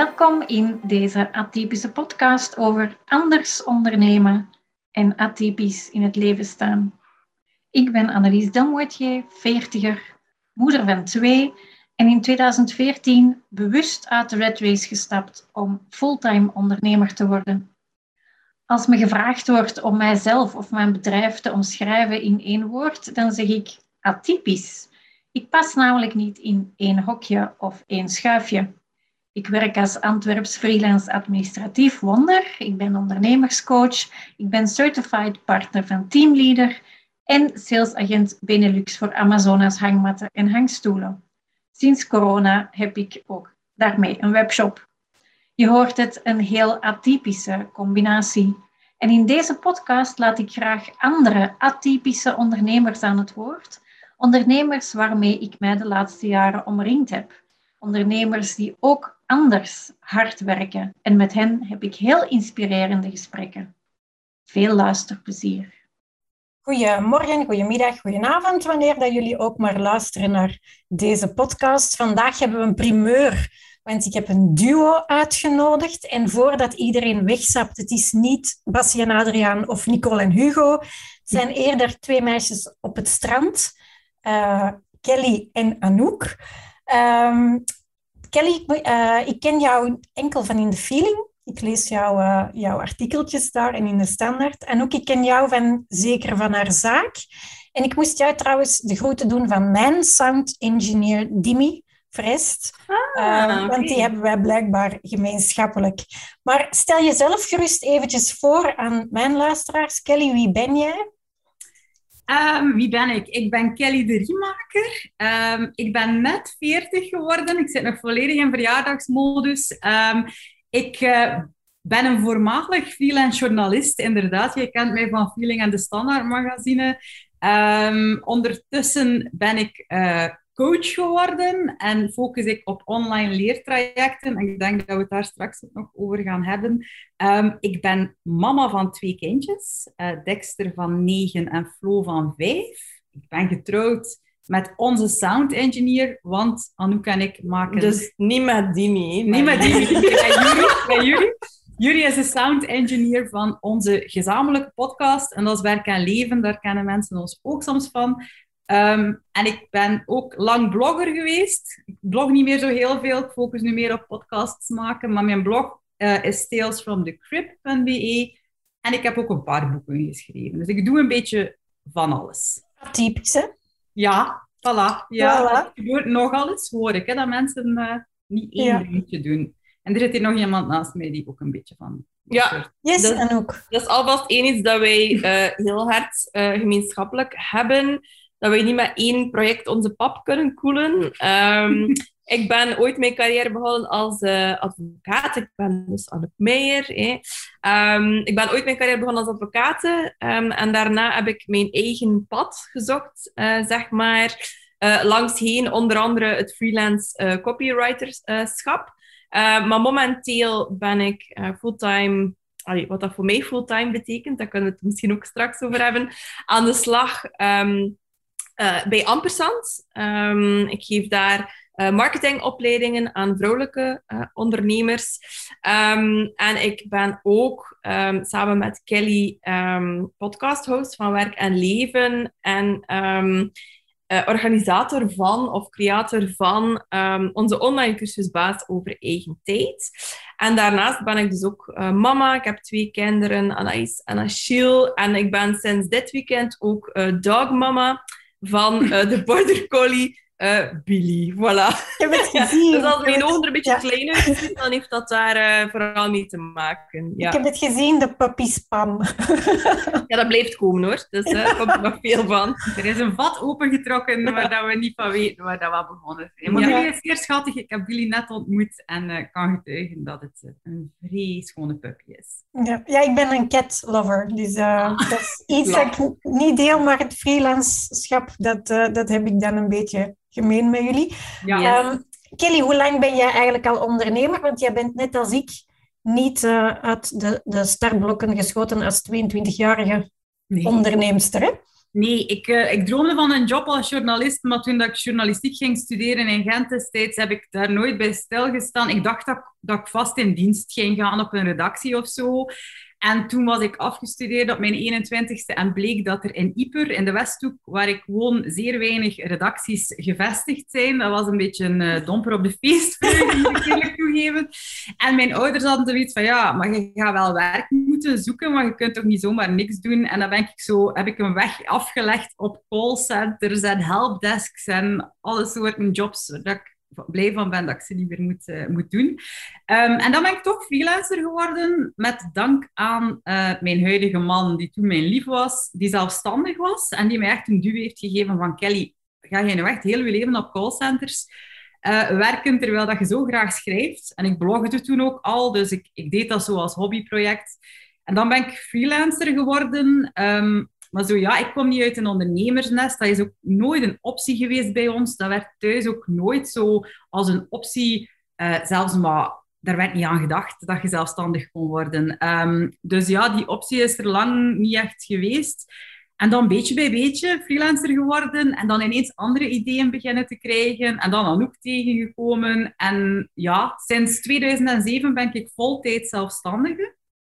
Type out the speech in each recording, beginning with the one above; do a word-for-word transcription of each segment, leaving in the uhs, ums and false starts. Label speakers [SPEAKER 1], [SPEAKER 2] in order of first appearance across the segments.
[SPEAKER 1] Welkom in deze atypische podcast over anders ondernemen en atypisch in het leven staan. Ik ben Annelies Delmoitier, veertiger, moeder van twee en in tweeduizend veertien bewust uit de rat race gestapt om fulltime ondernemer te worden. Als me gevraagd wordt om mijzelf of mijn bedrijf te omschrijven in één woord, dan zeg ik atypisch. Ik pas namelijk niet in één hokje of één schuifje. Ik werk als Antwerps freelance administratief wonder. Ik ben ondernemerscoach. Ik ben certified partner van Teamleader en salesagent Benelux voor Amazonas hangmatten en hangstoelen. Sinds corona heb ik ook daarmee een webshop. Je hoort het, een heel atypische combinatie. En in deze podcast laat ik graag andere atypische ondernemers aan het woord. Ondernemers waarmee ik mij de laatste jaren omringd heb. Ondernemers die ook anders hard werken. En met hen heb ik heel inspirerende gesprekken. Veel luisterplezier.
[SPEAKER 2] Goedemorgen, goedemiddag, goedenavond, wanneer dat jullie ook maar luisteren naar deze podcast. Vandaag hebben we een primeur, want ik heb een duo uitgenodigd. En voordat iedereen wegzapt, het is niet Bassie en Adriaan of Nicole en Hugo. Het zijn eerder twee meisjes op het strand, uh, Kelly en Anouk. Um, Kelly, uh, ik ken jou enkel van in de feeling. Ik lees jou, uh, jouw artikeltjes daar en in de standaard. En ook ik ken jou van, zeker van haar zaak. En ik moest jou trouwens de groeten doen van mijn sound engineer Dimi Vrest. Ah, uh, okay. Want die hebben wij blijkbaar gemeenschappelijk. Maar stel jezelf gerust eventjes voor aan mijn luisteraars. Kelly, wie ben jij?
[SPEAKER 3] Um, wie ben ik? Ik ben Kelly de Riemaker. Um, ik ben net veertig geworden. Ik zit nog volledig in verjaardagsmodus. Um, ik uh, ben een voormalig freelance journalist, inderdaad. Je kent mij van Feeling en de Standaard magazine. Um, ondertussen ben ik uh, coach geworden en focus ik op online leertrajecten. En ik denk dat we het daar straks nog over gaan hebben. Um, ik ben mama van twee kindjes. Uh, Dexter van negen en Flo van vijf. Ik ben getrouwd met onze sound engineer, want Anouk en ik maken...
[SPEAKER 4] Dus niet met Dimi.
[SPEAKER 3] Niet met Dimi, met Juri. Met Juri. Juri is de sound engineer van onze gezamenlijke podcast. En dat is Werk en Leven. Daar kennen mensen ons ook soms van. Um, en ik ben ook lang blogger geweest. Ik blog niet meer zo heel veel. Ik focus nu meer op podcasts maken. Maar mijn blog uh, is tales from the crypt punt b e. En ik heb ook een paar boeken geschreven. Dus ik doe een beetje van alles.
[SPEAKER 2] Typisch, hè?
[SPEAKER 3] Ja, voilà. Ja,
[SPEAKER 2] voilà.
[SPEAKER 3] Dat gebeurt nogal eens, hoor ik. Hè, dat mensen uh, niet één
[SPEAKER 2] ja.
[SPEAKER 3] dingetje doen. En er zit hier nog iemand naast mij die ook een beetje van...
[SPEAKER 4] Ja,
[SPEAKER 2] yes,
[SPEAKER 4] dat,
[SPEAKER 2] en ook.
[SPEAKER 4] Dat is alvast één iets dat wij uh, heel hard uh, gemeenschappelijk hebben. Dat wij niet met één project onze pap kunnen koelen. Um, ik ben ooit mijn carrière begonnen als uh, advocaat. Ik ben dus Anouk Meijer. Eh. Um, ik ben ooit mijn carrière begonnen als advocaat. Um, en daarna heb ik mijn eigen pad gezocht, uh, zeg maar. Uh, langsheen onder andere het freelance uh, copywriterschap. Uh, maar momenteel ben ik uh, fulltime... Allee, wat dat voor mij fulltime betekent, daar kunnen we het misschien ook straks over hebben. Aan de slag... Um, Uh, bij Ampersand. Um, ik geef daar uh, marketingopleidingen aan vrouwelijke uh, ondernemers. Um, en ik ben ook um, samen met Kelly um, podcasthost van Werk en Leven en um, uh, organisator van of creator van um, onze online cursusbaas over eigen tijd. En daarnaast ben ik dus ook uh, mama. Ik heb twee kinderen, Anaïs en Achille. En ik ben sinds dit weekend ook uh, dogmama van uh, de Border Collie uh, Billy. Voilà.
[SPEAKER 2] Ik heb het gezien.
[SPEAKER 4] Dus als mijn ogen er een beetje
[SPEAKER 2] ja.
[SPEAKER 4] klein uitzien, dan heeft dat daar uh, vooral mee te maken. Ja.
[SPEAKER 2] Ik heb het gezien, de puppy spam.
[SPEAKER 4] Ja, dat blijft komen, hoor. Dus uh, er komt er nog veel van.
[SPEAKER 3] Er is een vat opengetrokken waar dat we niet van weten waar dat we begonnen zijn. Maar
[SPEAKER 4] Ja.
[SPEAKER 3] Billy is zeer schattig. Ik heb Billy net ontmoet en uh, kan getuigen dat het een vrij schone puppy is.
[SPEAKER 2] Ja, ja, ik ben een cat lover. Dus uh, dat is iets dat ik niet deel, maar het freelancerschap, dat, uh, dat heb ik dan een beetje gemeen met jullie.
[SPEAKER 3] Ja.
[SPEAKER 2] Um, Kelly, hoe lang ben jij eigenlijk al ondernemer? Want jij bent net als ik niet uh, uit de, de startblokken geschoten als tweeëntwintigjarige
[SPEAKER 3] Nee.
[SPEAKER 2] onderneemster, hè?
[SPEAKER 3] Nee, ik, uh, ik droomde van een job als journalist, maar toen dat ik journalistiek ging studeren in Gent destijds, heb ik daar nooit bij stilgestaan. Ik dacht dat, dat ik vast in dienst ging gaan op een redactie of zo. En toen was ik afgestudeerd op mijn eenentwintigste en bleek dat er in Ieper, in de Westhoek, waar ik woon, zeer weinig redacties gevestigd zijn. Dat was een beetje een uh, domper op de feestvreugde, moet ik eerlijk toegeven. En mijn ouders hadden zoiets van, ja, maar je gaat wel werk moeten zoeken, maar je kunt toch niet zomaar niks doen. En dan ben ik zo, heb ik een weg afgelegd op callcenters en helpdesks en alle soorten jobs dat ik blij van ben dat ik ze niet meer moet, uh, moet doen. Um, en dan ben ik toch freelancer geworden met dank aan uh, mijn huidige man, die toen mijn lief was, die zelfstandig was en die mij echt een duw heeft gegeven van Kelly, ga jij nu echt heel je leven op callcenters uh, werken terwijl dat je zo graag schrijft? En ik blogde toen ook al, dus ik, ik deed dat zo als hobbyproject. En dan ben ik freelancer geworden. Um, Maar zo ja, ik kom niet uit een ondernemersnest. Dat is ook nooit een optie geweest bij ons. Dat werd thuis ook nooit zo als een optie. Uh, zelfs maar, daar werd niet aan gedacht dat je zelfstandig kon worden. Um, dus ja, die optie is er lang niet echt geweest. En dan beetje bij beetje freelancer geworden. En dan ineens andere ideeën beginnen te krijgen. En dan Anouk tegengekomen. En ja, sinds tweeduizend zeven ben ik voltijd zelfstandige.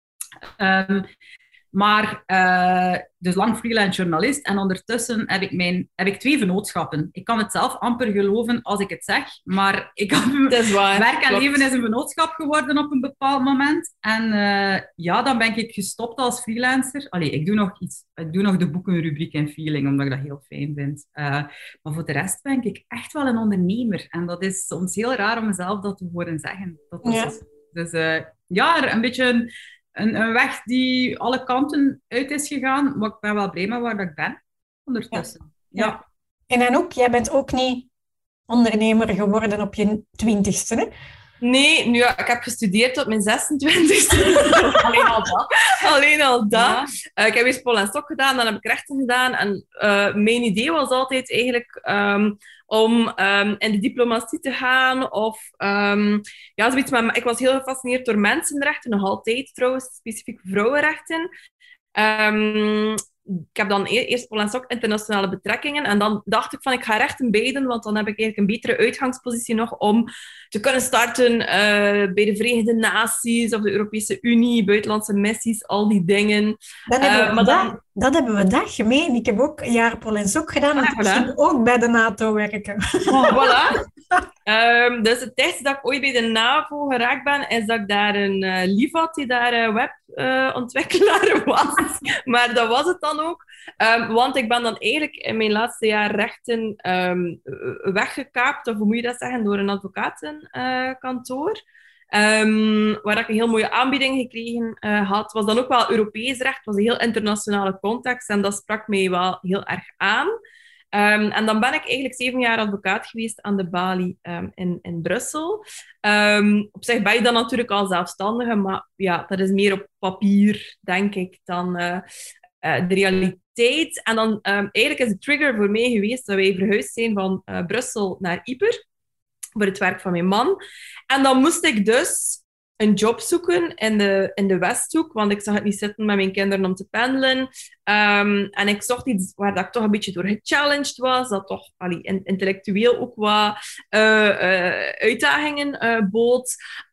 [SPEAKER 3] Um, Maar, uh, dus lang freelance journalist. En ondertussen heb ik, mijn, heb ik twee vennootschappen. Ik kan het zelf amper geloven als ik het zeg. Maar ik heb,
[SPEAKER 4] Dat is waar.
[SPEAKER 3] werk en
[SPEAKER 4] Klopt.
[SPEAKER 3] leven is een vennootschap geworden op een bepaald moment. En uh, ja, dan ben ik gestopt als freelancer. Allee, ik doe nog iets. Ik doe nog de boekenrubriek in Feeling, omdat ik dat heel fijn vind. Uh, maar voor de rest ben ik echt wel een ondernemer. En dat is soms heel raar om mezelf dat te horen zeggen. Dat is
[SPEAKER 2] Ja.
[SPEAKER 3] dus, dus uh, ja, een beetje... Een, Een, een weg die alle kanten uit is gegaan, maar ik ben wel blij met waar dat ik ben ondertussen. Ja.
[SPEAKER 2] Ja. En Anouk, jij bent ook niet ondernemer geworden op je twintigste, hè?
[SPEAKER 4] Nee, nu, ja, ik heb gestudeerd tot mijn zesentwintigste. Alleen al dat. Alleen al dat.
[SPEAKER 3] Ja.
[SPEAKER 4] Uh, ik heb eerst Pol en Stok gedaan, dan heb ik rechten gedaan. En uh, mijn idee was altijd eigenlijk um, om um, in de diplomatie te gaan. Of, um, ja, zoiets met, ik was heel gefascineerd door mensenrechten, nog altijd trouwens, specifiek vrouwenrechten. Um, ik heb dan eerst Pol en Stok internationale betrekkingen en dan dacht ik van ik ga rechten beiden, want dan heb ik eigenlijk een betere uitgangspositie nog om te kunnen starten uh, bij de Verenigde Naties of de Europese Unie, buitenlandse missies, al die dingen.
[SPEAKER 2] Dat hebben,
[SPEAKER 4] Uh,
[SPEAKER 2] we
[SPEAKER 4] maar
[SPEAKER 2] dat,
[SPEAKER 4] dan-
[SPEAKER 2] dat hebben we dat gemeen. Ik heb ook een jaar Pol en Sok gedaan, want
[SPEAKER 4] Ah,
[SPEAKER 2] ik
[SPEAKER 4] voilà.
[SPEAKER 2] ging ook bij de NATO werken.
[SPEAKER 4] Voilà. Um, dus het dichtste dat ik ooit bij de NAVO geraakt ben, is dat ik daar een uh, lief had die daar uh, webontwikkelaar uh, was. Maar dat was het dan ook. Um, want ik ben dan eigenlijk in mijn laatste jaar rechten um, weggekaapt, of hoe moet je dat zeggen, door een advocatenkantoor. Uh, um, waar ik een heel mooie aanbieding gekregen uh, had. Was dan ook wel Europees recht, was een heel internationale context en dat sprak mij wel heel erg aan. Um, en dan ben ik eigenlijk zeven jaar advocaat geweest aan de balie um, in, in Brussel. Um, op zich ben je dan natuurlijk al zelfstandige, maar ja, dat is meer op papier, denk ik, dan uh, uh, de realiteit. En dan um, eigenlijk is de trigger voor mij geweest dat wij verhuisd zijn van uh, Brussel naar Ieper, voor het werk van mijn man. En dan moest ik dus een job zoeken in de, in de Westhoek, want ik zag het niet zitten met mijn kinderen om te pendelen. Um, en ik zocht iets waar dat ik toch een beetje door gechallenged was, dat toch allee, intellectueel ook wat uh, uh, uitdagingen uh, bood.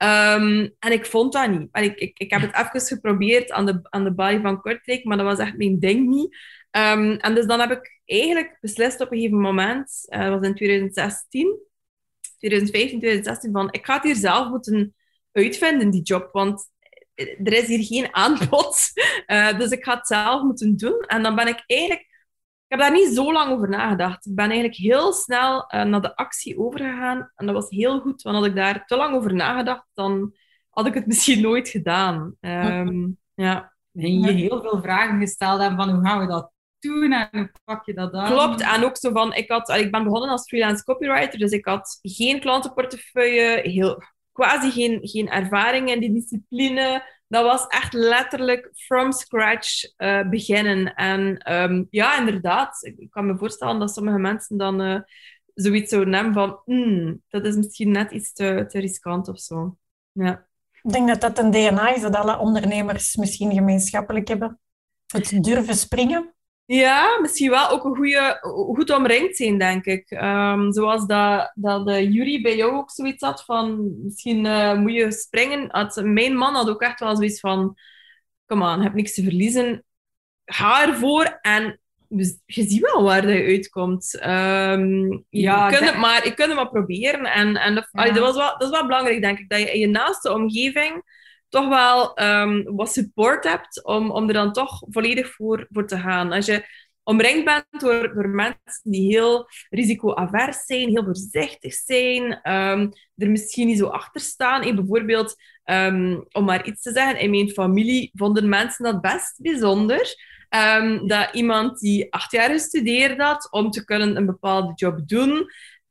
[SPEAKER 4] Um, en ik vond dat niet. En ik, ik, ik heb het even geprobeerd aan de, aan de balie van Kortrijk, maar dat was echt mijn ding niet. Um, en dus dan heb ik eigenlijk beslist op een gegeven moment, uh, dat was in twintig zestien, twintig vijftien, twintig zestien, van ik ga het hier zelf moeten uitvinden, die job, want er is hier geen aanbod. Uh, dus ik ga het zelf moeten doen. En dan ben ik eigenlijk... Ik heb daar niet zo lang over nagedacht. Ik ben eigenlijk heel snel uh, naar de actie overgegaan. En dat was heel goed, want had ik daar te lang over nagedacht, dan had ik het misschien nooit gedaan. Um, ja.
[SPEAKER 3] En je heel veel vragen gesteld hebben van hoe gaan we dat doen en hoe pak je dat aan?
[SPEAKER 4] Klopt, en ook zo van... Ik, had, ik ben begonnen als freelance copywriter, dus ik had geen klantenportefeuille, heel... quasi geen, geen ervaring in die discipline. Dat was echt letterlijk from scratch uh, beginnen. En um, ja, inderdaad. Ik kan me voorstellen dat sommige mensen dan uh, zoiets zouden hebben van mm, dat is misschien net iets te, te riskant of zo. Ja.
[SPEAKER 2] Ik denk dat dat een D N A is dat alle ondernemers misschien gemeenschappelijk hebben. Het durven springen.
[SPEAKER 4] Ja, misschien wel ook een goede, goed omringd zijn, denk ik. Um, zoals dat, dat de jury bij jou ook zoiets had van, misschien uh, moet je springen. Had, mijn man had ook echt wel zoiets van, kom aan, je hebt niks te verliezen. Ga ervoor en je ziet wel waar je uitkomt. Um, ja, je, kunt dat... het maar, je kunt het maar proberen. En, en dat, ja. allee, dat, was wel, dat is wel belangrijk, denk ik, dat je in je naaste omgeving toch wel um, wat support hebt om, om er dan toch volledig voor, voor te gaan. Als je omringd bent door, door mensen die heel risicoavers zijn, heel voorzichtig zijn, um, er misschien niet zo achter staan. Hey, bijvoorbeeld, um, om maar iets te zeggen, in mijn familie vonden mensen dat best bijzonder. Um, dat iemand die acht jaar gestudeerd had om te kunnen een bepaalde job doen,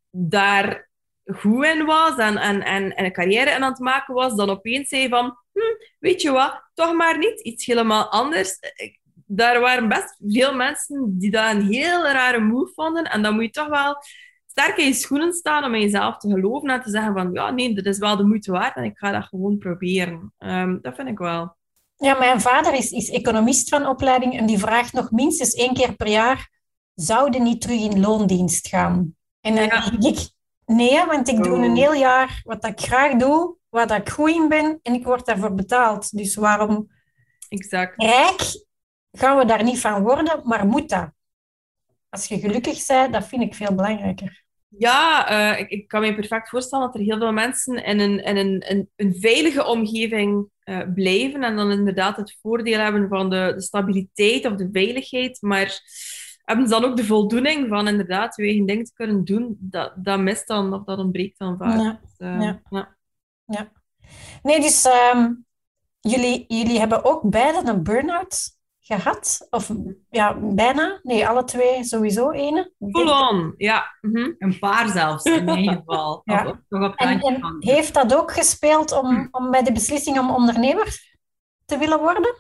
[SPEAKER 4] daar goed in was en, en, en, en een carrière in aan het maken was, dan opeens zei van, hm, weet je wat, toch maar niet, iets helemaal anders. Daar waren best veel mensen die dat een heel rare move vonden en dan moet je toch wel sterk in je schoenen staan om in jezelf te geloven en te zeggen van, ja, nee, dat is wel de moeite waard en ik ga dat gewoon proberen. Um, dat vind ik wel.
[SPEAKER 2] Ja, mijn vader is, is economist van opleiding en die vraagt nog minstens één keer per jaar, zouden niet terug in loondienst gaan? En dan ja. denk ik, nee, want ik doe een heel jaar wat ik graag doe, wat ik goed in ben en ik word daarvoor betaald. Dus waarom
[SPEAKER 4] exact.
[SPEAKER 2] rijk gaan we daar niet van worden, maar moet dat? Als je gelukkig bent, dat vind ik veel belangrijker.
[SPEAKER 4] Ja, uh, ik, ik kan me perfect voorstellen dat er heel veel mensen in een, in een, een, een veilige omgeving uh, blijven en dan inderdaad het voordeel hebben van de, de stabiliteit of de veiligheid, maar hebben ze dan ook de voldoening van inderdaad je eigen ding te kunnen doen, dat, dat mist dan of dat ontbreekt dan vaak.
[SPEAKER 2] Ja.
[SPEAKER 4] Dus, uh,
[SPEAKER 2] ja.
[SPEAKER 4] Ja.
[SPEAKER 2] ja. Nee, dus um, jullie, jullie hebben ook beiden een burn-out gehad? Of ja, bijna? Nee, alle twee sowieso ene.
[SPEAKER 4] Full on, ja. Mm-hmm.
[SPEAKER 3] Een paar zelfs, in ieder geval.
[SPEAKER 2] Ja.
[SPEAKER 3] Of, of op
[SPEAKER 2] en, en heeft dat ook gespeeld om, om bij de beslissing om ondernemer te willen worden?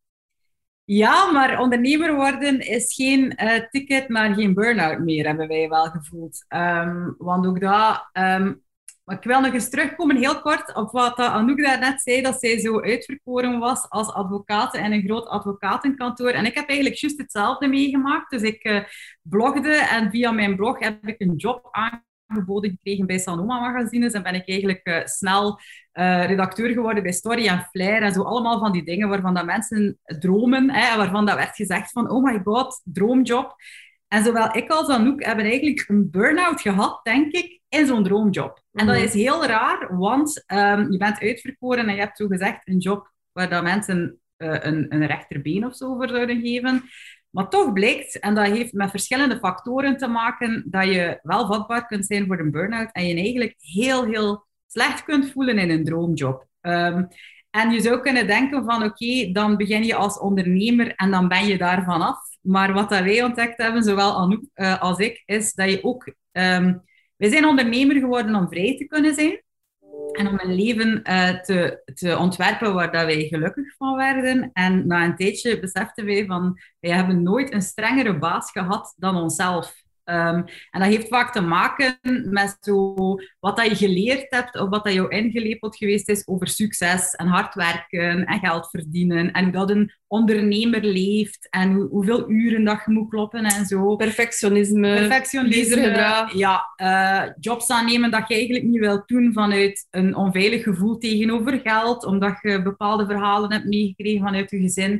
[SPEAKER 3] Ja, maar ondernemer worden is geen uh, ticket naar geen burn-out meer, hebben wij wel gevoeld. Um, want ook dat... Um, Maar ik wil nog eens terugkomen, heel kort, op wat Anouk daarnet zei, dat zij zo uitverkoren was als advocaat in een groot advocatenkantoor. En ik heb eigenlijk juist hetzelfde meegemaakt. Dus ik uh, blogde en via mijn blog heb ik een job aangeboden gekregen bij Sanoma magazines. En ben ik eigenlijk uh, snel uh, redacteur geworden bij Story en Flair en zo. Allemaal van die dingen waarvan dat mensen dromen. Hè, en waarvan dat werd gezegd van, oh my god, droomjob. En zowel ik als Anouk hebben eigenlijk een burn-out gehad, denk ik, in zo'n droomjob. En dat is heel raar, want um, je bent uitverkoren en je hebt zo gezegd een job waar dat mensen uh, een, een rechterbeen of zo voor zouden geven. Maar toch blijkt, en dat heeft met verschillende factoren te maken, dat je wel vatbaar kunt zijn voor een burn-out en je eigenlijk heel, heel slecht kunt voelen in een droomjob. Um, en je zou kunnen denken van, oké, okay, dan begin je als ondernemer en dan ben je daar vanaf. Maar wat dat wij ontdekt hebben, zowel Anouk uh, als ik, is dat je ook... Um, wij zijn ondernemer geworden om vrij te kunnen zijn. En om een leven uh, te, te ontwerpen waar dat wij gelukkig van werden. En na een tijdje beseften wij van... Wij hebben nooit een strengere baas gehad dan onszelf. Um, en dat heeft vaak te maken met zo wat dat je geleerd hebt of wat dat jou ingelepeld geweest is over succes en hard werken en geld verdienen en hoe dat een ondernemer leeft en hoe, hoeveel uren dat je moet kloppen en zo.
[SPEAKER 4] Perfectionisme,
[SPEAKER 3] Perfectionisme, ja, uh, jobs aannemen dat je eigenlijk niet wilt doen vanuit een onveilig gevoel tegenover geld, omdat je bepaalde verhalen hebt meegekregen vanuit je gezin.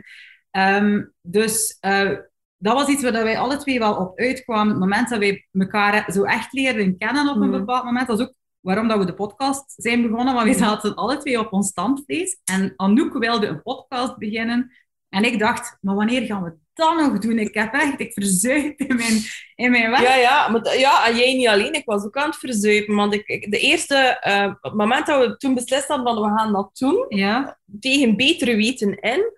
[SPEAKER 3] Um, dus... Uh, Dat was iets waar wij alle twee wel op uitkwamen. Het moment dat wij elkaar zo echt leerden kennen op een bepaald moment. Dat is ook waarom dat we de podcast zijn begonnen. Want we zaten alle twee op ons standvlees. En Anouk wilde een podcast beginnen. En ik dacht, maar wanneer gaan we dat nog doen? Ik heb echt, ik verzuip in mijn, in mijn werk.
[SPEAKER 4] Ja, ja, maar, ja, en jij niet alleen. Ik was ook aan het verzuipen. Want ik, ik, de eerste, uh, op het moment dat we toen beslist hadden van we gaan dat doen,
[SPEAKER 3] ja.
[SPEAKER 4] tegen betere weten in...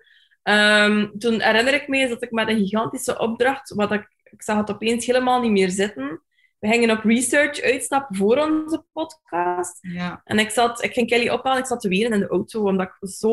[SPEAKER 4] Um, toen herinner ik me dat ik met een gigantische opdracht, wat ik, ik zag het opeens helemaal niet meer zitten. We gingen op research uitstappen voor onze podcast.
[SPEAKER 3] Ja.
[SPEAKER 4] En ik, zat, ik ging Kelly ophalen, ik zat te wenen in de auto, omdat ik zo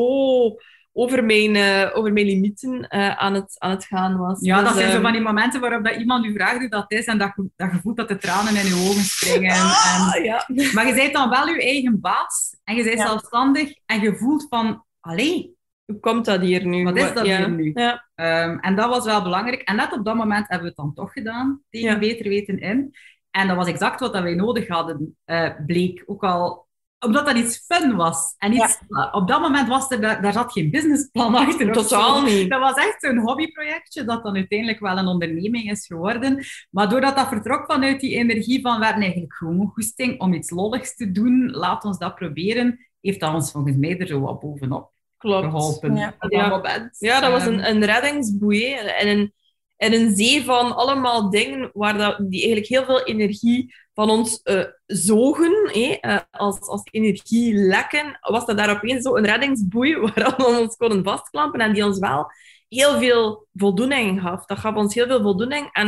[SPEAKER 4] over mijn, uh, over mijn limieten uh, aan, het, aan het gaan was.
[SPEAKER 3] Ja,
[SPEAKER 4] dus,
[SPEAKER 3] dat zijn
[SPEAKER 4] um...
[SPEAKER 3] zo van die momenten waarop dat iemand u vraagt hoe dat is en dat je, dat je voelt dat de tranen in je ogen springen.
[SPEAKER 4] Ah,
[SPEAKER 3] en...
[SPEAKER 4] ja.
[SPEAKER 3] Maar je bent dan wel je eigen baas en je bent ja. zelfstandig en je voelt van, allee,
[SPEAKER 4] Hoe komt dat hier nu?
[SPEAKER 3] Wat is dat
[SPEAKER 4] ja.
[SPEAKER 3] hier nu?
[SPEAKER 4] Ja.
[SPEAKER 3] Um, en dat was wel belangrijk. En net op dat moment hebben we het dan toch gedaan, tegen
[SPEAKER 4] Ja.
[SPEAKER 3] beter weten in. En dat was exact wat dat wij nodig hadden, uh, bleek. Ook al omdat dat iets fun was. En iets, ja. Op dat moment was er, daar zat geen businessplan achter.
[SPEAKER 4] Totaal niet.
[SPEAKER 3] Dat was echt zo'n hobbyprojectje dat dan uiteindelijk wel een onderneming is geworden. Maar doordat dat vertrok vanuit die energie van we hebben eigenlijk gewoon goesting om iets lolligs te doen, laat ons dat proberen, heeft dat ons volgens mij er zo wat bovenop
[SPEAKER 4] Klopt.
[SPEAKER 3] geholpen.
[SPEAKER 2] Ja.
[SPEAKER 3] Op
[SPEAKER 4] Ja.
[SPEAKER 3] dat moment.
[SPEAKER 4] Ja, dat was
[SPEAKER 3] Um,
[SPEAKER 4] een, een reddingsboei en een, en een zee van allemaal dingen waar dat, die eigenlijk heel veel energie van ons uh, zogen, eh, uh, als, als energielekken, was dat daar opeens zo een reddingsboei waar we ons konden vastklampen en die ons wel heel veel voldoening gaf. Dat gaf ons heel veel voldoening. En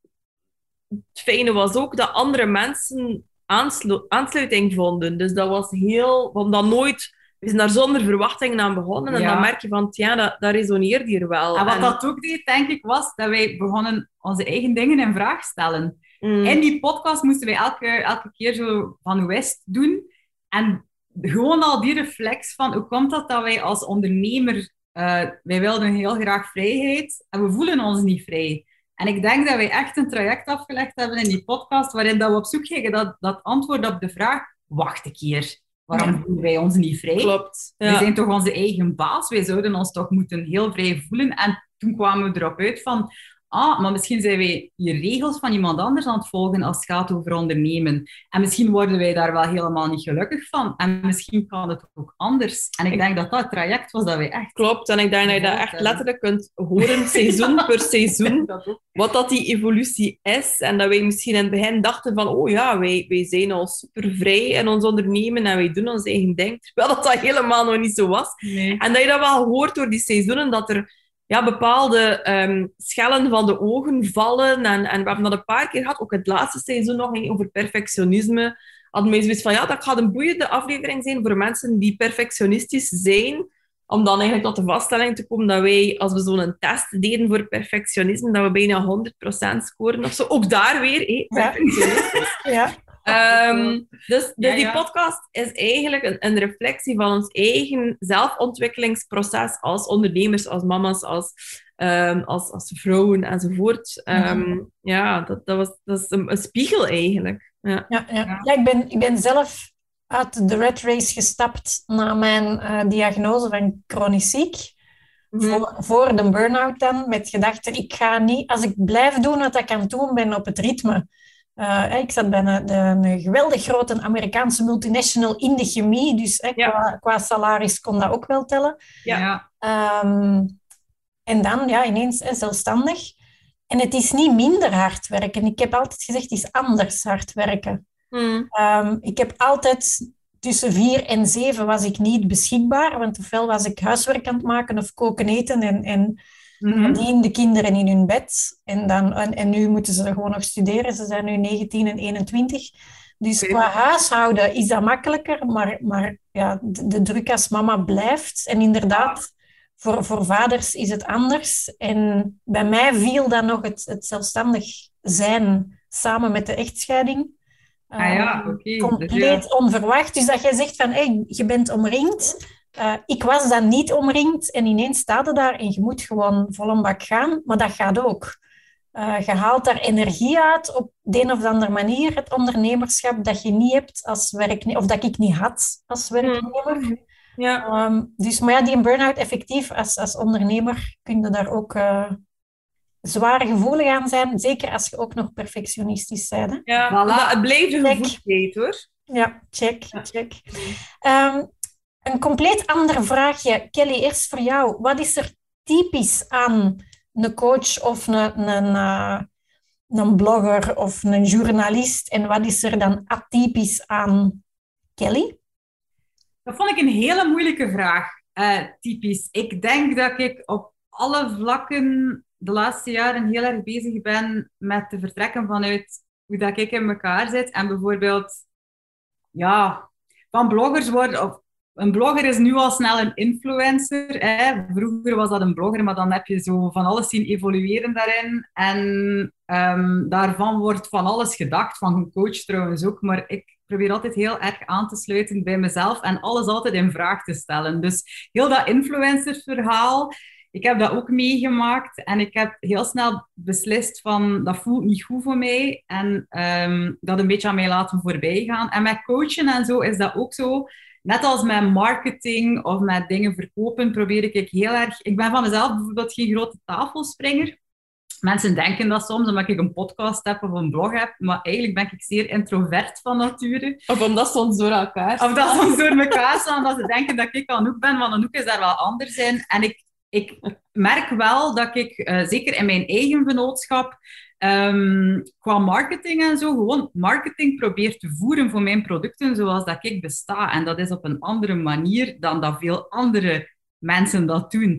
[SPEAKER 4] het fijne was ook dat andere mensen aanslu- aansluiting vonden. Dus dat was heel... We hebben dat nooit... We zijn daar zonder verwachtingen aan begonnen. En
[SPEAKER 3] Ja.
[SPEAKER 4] dan merk je van, ja, dat, dat resoneert hier wel.
[SPEAKER 3] En wat
[SPEAKER 4] en,
[SPEAKER 3] dat ook deed, denk ik, was dat wij begonnen onze eigen dingen in vraag stellen.
[SPEAKER 4] mm,
[SPEAKER 3] In die podcast moesten wij elke, elke keer zo van hoe is het doen. En gewoon al die reflex van hoe komt dat dat wij als ondernemer, uh, wij wilden heel graag vrijheid en we voelen ons niet vrij. En ik denk dat wij echt een traject afgelegd hebben in die podcast waarin dat we op zoek gingen dat, dat antwoord op de vraag, wacht een keer, waarom
[SPEAKER 2] Ja.
[SPEAKER 3] voelen wij ons niet vrij?
[SPEAKER 4] klopt.
[SPEAKER 3] Wij
[SPEAKER 4] Ja.
[SPEAKER 3] zijn toch onze eigen baas, wij zouden ons toch moeten heel vrij voelen. En toen kwamen we erop uit van, ah, maar misschien zijn wij hier regels van iemand anders aan het volgen als het gaat over ondernemen. En misschien worden wij daar wel helemaal niet gelukkig van. En misschien kan het ook anders. En ik
[SPEAKER 4] Ik-
[SPEAKER 3] denk dat dat het traject was dat wij echt...
[SPEAKER 4] Klopt, en ik denk dat je dat
[SPEAKER 3] Gevolgd
[SPEAKER 4] echt
[SPEAKER 3] hebben.
[SPEAKER 4] letterlijk kunt horen, seizoen per seizoen,
[SPEAKER 3] Dat ook.
[SPEAKER 4] wat dat die evolutie is. En dat wij misschien in het begin dachten van, oh ja, wij, wij zijn al super vrij in ons ondernemen en wij doen ons eigen ding. Terwijl dat, dat helemaal nog niet zo was.
[SPEAKER 3] Nee.
[SPEAKER 4] En dat je dat wel hoort door die seizoenen, dat er ja, bepaalde um, schellen van de ogen vallen. En, en we hebben dat een paar keer gehad, ook het laatste seizoen nog, ging over perfectionisme. Hadden wij zoiets van, ja, dat gaat een boeiende aflevering zijn voor mensen die perfectionistisch zijn. Om dan eigenlijk tot de vaststelling te komen dat wij, als we zo'n test deden voor perfectionisme, dat we bijna honderd procent scoren of zo. Ook daar weer, hé,
[SPEAKER 2] Ja.
[SPEAKER 4] perfectionistisch.
[SPEAKER 2] Ja.
[SPEAKER 4] Um, dus dus
[SPEAKER 3] Ja,
[SPEAKER 4] die
[SPEAKER 3] ja.
[SPEAKER 4] podcast is eigenlijk een, een reflectie van ons eigen zelfontwikkelingsproces als ondernemers, als mama's, als, um, als, als vrouwen enzovoort. Um, ja, dat, dat, was, dat is een, een spiegel eigenlijk. Ja.
[SPEAKER 2] Ja, ja.
[SPEAKER 3] Ja.
[SPEAKER 2] ja ik, ben, ik ben zelf uit de rat race gestapt na mijn eh, diagnose van chronisch ziek.
[SPEAKER 4] Mhm.
[SPEAKER 2] Voor, voor de burn-out dan, met gedachte, ik ga niet, als ik blijf doen wat ik aan het doen ben op het ritme. Uh, ik zat bij een, de, een geweldig grote Amerikaanse multinational in de chemie, dus eh,
[SPEAKER 4] Ja.
[SPEAKER 2] qua, qua salaris kon dat ook wel tellen.
[SPEAKER 4] Ja.
[SPEAKER 3] Ja.
[SPEAKER 2] Um, en dan ja, ineens eh, zelfstandig. En het is niet minder hard werken. Ik heb altijd gezegd, het is anders hard werken.
[SPEAKER 4] Mm.
[SPEAKER 2] Um, ik heb altijd tussen vier en zeven was ik niet beschikbaar, want ofwel was ik huiswerk aan het maken of koken eten en, en
[SPEAKER 3] Mhm.
[SPEAKER 2] die de kinderen in hun bed. En, dan, en, en nu moeten ze gewoon nog studeren. Ze zijn nu negentien en eenentwintig. Dus
[SPEAKER 3] Oké.
[SPEAKER 2] qua huishouden is dat makkelijker, maar, maar ja, de, de druk als mama blijft. En inderdaad, voor, voor vaders is het anders. En bij mij viel dan nog het, het zelfstandig zijn samen met de echtscheiding.
[SPEAKER 3] Ah ja,
[SPEAKER 2] Um,
[SPEAKER 3] oké. Dus
[SPEAKER 2] Compleet
[SPEAKER 3] ja.
[SPEAKER 2] onverwacht. Dus dat jij zegt van, hey, je bent omringd. Uh, ik was dan niet omringd en ineens staat er daar en je moet gewoon vol een bak gaan. Maar dat gaat ook. Uh, je haalt daar energie uit op de een of andere manier. Het ondernemerschap dat je niet hebt als werknemer, of dat ik niet had als werknemer.
[SPEAKER 4] Ja.
[SPEAKER 2] Um, dus, maar ja, die burn-out effectief als, als ondernemer kun je daar ook uh, zwaar gevoelig aan zijn. Zeker als je ook nog perfectionistisch bent. Hè?
[SPEAKER 4] Ja,
[SPEAKER 3] Voilà.
[SPEAKER 4] dat, het blijft een
[SPEAKER 2] Check.
[SPEAKER 4] gevoeligheid, hoor.
[SPEAKER 2] Ja, check, check. Um, een compleet ander vraagje. Kelly, eerst voor jou. Wat is er typisch aan een coach of een, een, uh, een blogger of een journalist? En wat is er dan atypisch aan Kelly?
[SPEAKER 3] Dat vond ik een hele moeilijke vraag, uh, typisch. Ik denk dat ik op alle vlakken de laatste jaren heel erg bezig ben met te vertrekken vanuit hoe dat ik in elkaar zit. En bijvoorbeeld, ja, van bloggers worden... Of, een blogger is nu al snel een influencer. Hè. Vroeger was dat een blogger, maar dan heb je zo van alles zien evolueren daarin. En um, daarvan wordt van alles gedacht, van een coach trouwens ook. Maar ik probeer altijd heel erg aan te sluiten bij mezelf en alles altijd in vraag te stellen. Dus heel dat influencerverhaal, ik heb dat ook meegemaakt en ik heb heel snel beslist van, dat voelt niet goed voor mij en um, dat een beetje aan mij laten voorbij gaan. En met coachen en zo is dat ook zo. Net als met marketing of met dingen verkopen, probeer ik heel erg... Ik ben van mezelf bijvoorbeeld geen grote tafelspringer. Mensen denken dat soms omdat ik een podcast heb of een blog heb, maar eigenlijk ben ik zeer introvert van nature.
[SPEAKER 4] Of omdat ze ons door elkaar staan.
[SPEAKER 3] Of dat ze ons door elkaar staan, dat ze denken dat ik Anouk ben, want Anouk is daar wel anders in. En ik, ik merk wel dat ik, uh, zeker in mijn eigen vennootschap, um, qua marketing en zo, gewoon marketing probeer te voeren voor mijn producten zoals dat ik besta. En dat is op een andere manier dan dat veel andere mensen dat doen.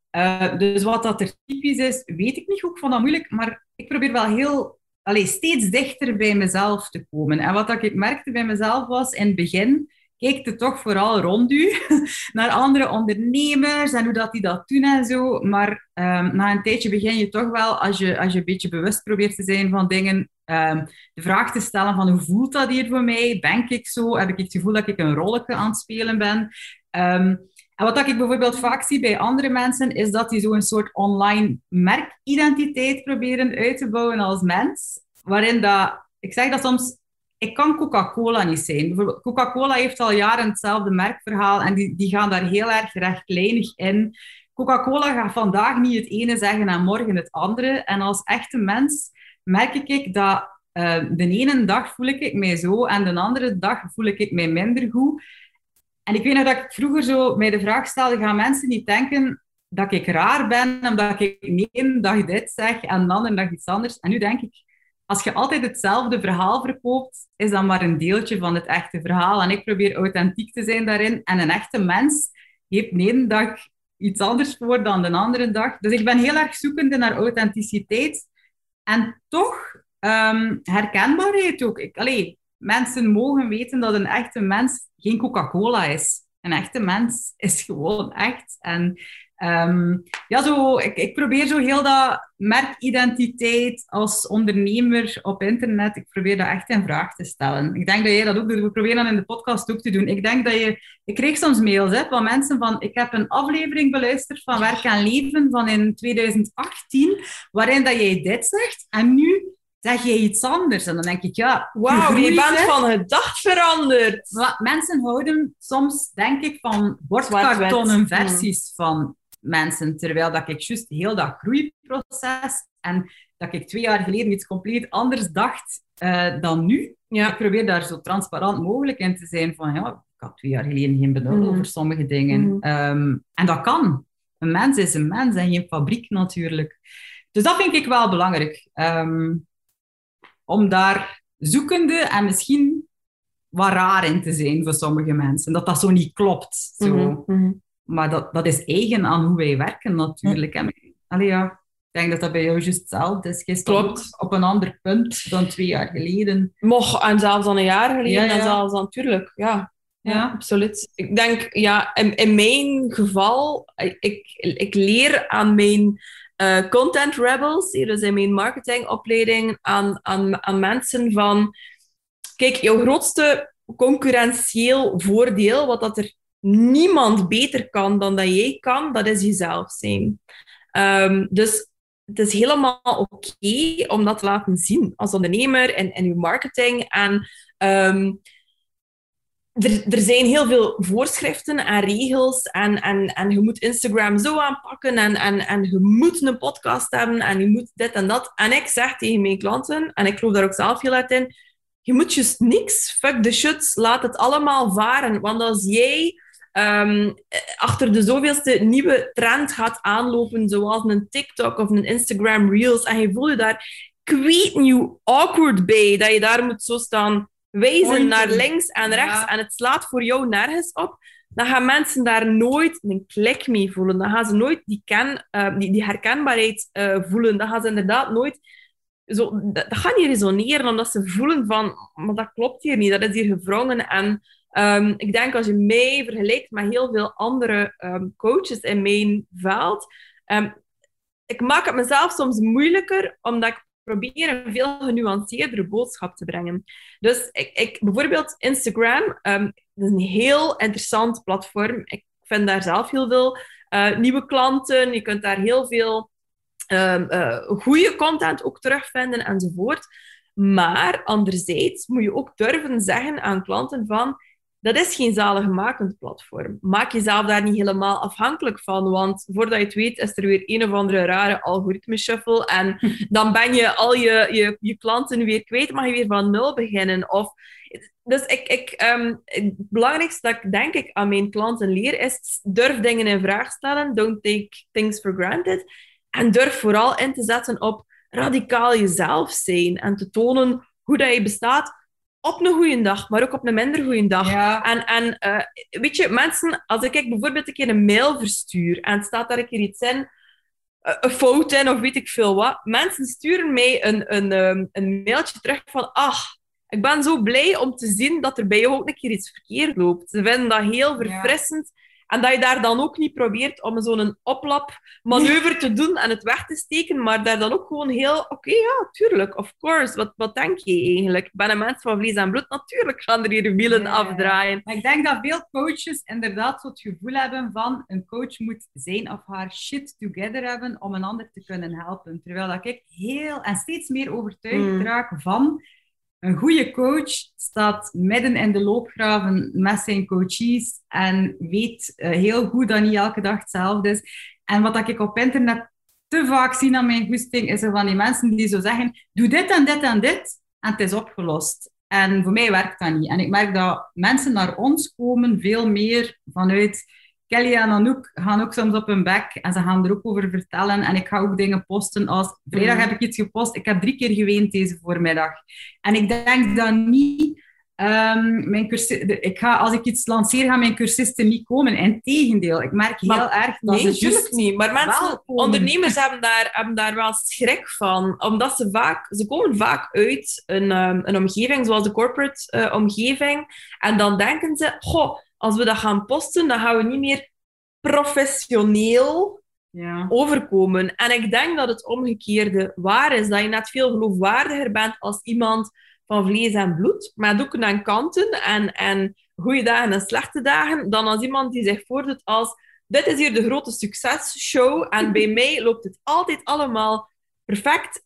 [SPEAKER 3] Uh, dus wat dat er typisch is, weet ik niet goed. Ik vond dat moeilijk, maar ik probeer wel heel, allez, steeds dichter bij mezelf te komen. En wat dat ik merkte bij mezelf was, in het begin, keek je toch vooral rond u, naar andere ondernemers en hoe dat die dat doen en zo. Maar um, na een tijdje begin je toch wel, als je, als je een beetje bewust probeert te zijn van dingen, um, de vraag te stellen van hoe voelt dat hier voor mij? Ben ik zo? Heb ik het gevoel dat ik een rolletje aan het spelen ben? Um, En wat ik bijvoorbeeld vaak zie bij andere mensen, is dat die zo'n soort online merkidentiteit proberen uit te bouwen als mens. Waarin dat, ik zeg dat soms, ik kan Coca-Cola niet zijn. Bijvoorbeeld, Coca-Cola heeft al jaren hetzelfde merkverhaal en die, die gaan daar heel erg rechtlijnig in. Coca-Cola gaat vandaag niet het ene zeggen en morgen het andere. En als echte mens merk ik dat uh, de ene dag voel ik mij zo en de andere dag voel ik mij minder goed. En ik weet nog dat ik vroeger zo mij de vraag stelde, gaan mensen niet denken dat ik raar ben, omdat ik de ene dag dit zeg en de andere dag iets anders. En nu denk ik, als je altijd hetzelfde verhaal verkoopt, is dat maar een deeltje van het echte verhaal. En ik probeer authentiek te zijn daarin. En een echte mens heeft de ene dag iets anders voor dan de andere dag. Dus ik ben heel erg zoekende naar authenticiteit. En toch um, herkenbaarheid ook. Ik, allee, mensen mogen weten dat een echte mens geen Coca-Cola is. Een echte mens is gewoon echt. En um, ja, zo, ik, ik probeer zo heel dat merkidentiteit als ondernemer op internet, ik probeer dat echt in vraag te stellen. Ik denk dat jij dat ook doet. We proberen dat in de podcast ook te doen. Ik denk dat je... Ik kreeg soms mails hè, van mensen van... Ik heb een aflevering beluisterd van Werk en Leven van in twintig achttien, waarin dat jij dit zegt. En nu zeg je iets anders. En dan denk ik, ja...
[SPEAKER 4] Wauw, je bent van gedacht veranderd.
[SPEAKER 3] Maar mensen houden soms, denk ik, van bordkartonnen versies mm. van mensen. Terwijl dat ik juist heel dat groeiproces en dat ik twee jaar geleden iets compleet anders dacht uh, dan nu. Ja. Ik probeer daar zo transparant mogelijk in te zijn van, ja, ik had twee jaar geleden geen benul mm. over sommige dingen. Mm. Um, en dat kan. Een mens is een mens en geen fabriek natuurlijk. Dus dat vind ik wel belangrijk. Um, om daar zoekende en misschien wat raar in te zijn voor sommige mensen. Dat dat zo niet klopt. Zo. Mm-hmm. Maar dat, dat is eigen aan hoe wij werken natuurlijk. Ja. Allee, ja, ik denk dat dat bij jou juist hetzelfde is. Je staat op een ander punt dan twee jaar geleden.
[SPEAKER 4] Mocht, en zelfs dan een jaar geleden. Ja, ja. En zelfs dan, natuurlijk, ja. Ja, ja, absoluut. Ik denk, ja, in, in mijn geval, ik, ik leer aan mijn uh, content rebels, dus in mijn marketingopleiding, aan, aan, aan mensen van, kijk, jouw grootste concurrentieel voordeel, wat dat er niemand beter kan dan dat jij kan, dat is jezelf zijn. Um, dus het is helemaal oké okay om dat te laten zien als ondernemer en in je marketing. En um, er, er zijn heel veel voorschriften en regels en, en, en je moet Instagram zo aanpakken en, en, en je moet een podcast hebben en je moet dit en dat. En ik zeg tegen mijn klanten, en ik geloof daar ook zelf heel uit in, je moet just niks, fuck the shit, laat het allemaal varen. Want als jij um, achter de zoveelste nieuwe trend gaat aanlopen, zoals een TikTok of een Instagram Reels, en je voelt je daar kweetnieuw awkward bij, dat je daar moet zo staan wijzen Pointing. naar links en rechts, ja. en het slaat voor jou nergens op, dan gaan mensen daar nooit een klik mee voelen. Dan gaan ze nooit die, ken, uh, die, die herkenbaarheid uh, voelen. Dan gaan ze inderdaad nooit... Zo, dat, dat gaat niet resoneren, omdat ze voelen van, maar dat klopt hier niet, dat is hier gevrongen. En um, ik denk, als je mij vergelijkt met heel veel andere um, coaches in mijn veld, um, ik maak het mezelf soms moeilijker, omdat ik probeer een veel genuanceerdere boodschap te brengen. Dus ik, ik, bijvoorbeeld Instagram, um, dat is een heel interessant platform. Ik vind daar zelf heel veel uh, nieuwe klanten. Je kunt daar heel veel um, uh, goede content ook terugvinden enzovoort. Maar anderzijds moet je ook durven zeggen aan klanten van, dat is geen zaligmakend platform. Maak jezelf daar niet helemaal afhankelijk van, want voordat je het weet is er weer een of andere rare algoritme shuffle en dan ben je al je, je, je klanten weer kwijt, mag je weer van nul beginnen. Of, dus ik, ik, um, het belangrijkste dat ik denk ik aan mijn klanten leer is, durf dingen in vraag stellen, don't take things for granted en durf vooral in te zetten op radicaal jezelf zijn en te tonen hoe dat je bestaat op een goede dag, maar ook op een minder goede dag.
[SPEAKER 3] Ja.
[SPEAKER 4] En, en uh, weet je, mensen, als ik bijvoorbeeld een keer een mail verstuur en staat daar een keer iets in, een fout in of weet ik veel wat, mensen sturen mij een, een, een, een mailtje terug van, ach, ik ben zo blij om te zien dat er bij jou ook een keer iets verkeerd loopt. Ze vinden dat heel verfrissend. Ja. En dat je daar dan ook niet probeert om zo'n oplapmanoeuvre te doen en het weg te steken, maar daar dan ook gewoon heel, oké, okay, ja, tuurlijk, of course, wat, wat denk je eigenlijk? Ik ben een mens van vlees en bloed, natuurlijk gaan er hier wielen ja, afdraaien.
[SPEAKER 3] Maar ik denk dat veel coaches inderdaad zo het gevoel hebben van, een coach moet zijn of haar shit together hebben om een ander te kunnen helpen. Terwijl dat ik heel en steeds meer overtuigd mm. raak van, een goede coach staat midden in de loopgraven met zijn coaches en weet uh, heel goed dat niet elke dag hetzelfde is. En wat ik op internet te vaak zie aan mijn goesting, is er van die mensen die zo zeggen, doe dit en dit en dit en het is opgelost. En voor mij werkt dat niet. En ik merk dat mensen naar ons komen veel meer vanuit... Kelly en Anouk gaan ook soms op hun bek en ze gaan er ook over vertellen. En ik ga ook dingen posten als... Vrijdag mm. heb ik iets gepost. Ik heb drie keer geweend deze voormiddag. En ik denk dat niet... Um, mijn cursus, ik ga, als ik iets lanceer, gaan mijn cursisten niet komen. Integendeel, ik merk heel maar, erg dat
[SPEAKER 4] nee,
[SPEAKER 3] ze juist
[SPEAKER 4] niet. Maar mensen, ondernemers hebben daar, hebben daar wel schrik van. Omdat ze vaak... Ze komen vaak uit een, um, een omgeving, zoals de corporate uh, omgeving. En dan denken ze... Goh, als we dat gaan posten, dan gaan we niet meer professioneel ja. overkomen. En ik denk dat het omgekeerde waar is. Dat je net veel geloofwaardiger bent als iemand van vlees en bloed, met doeken en kanten en, en goede dagen en slechte dagen, dan als iemand die zich voordoet als dit is hier de grote successhow en bij mij loopt het altijd allemaal perfect.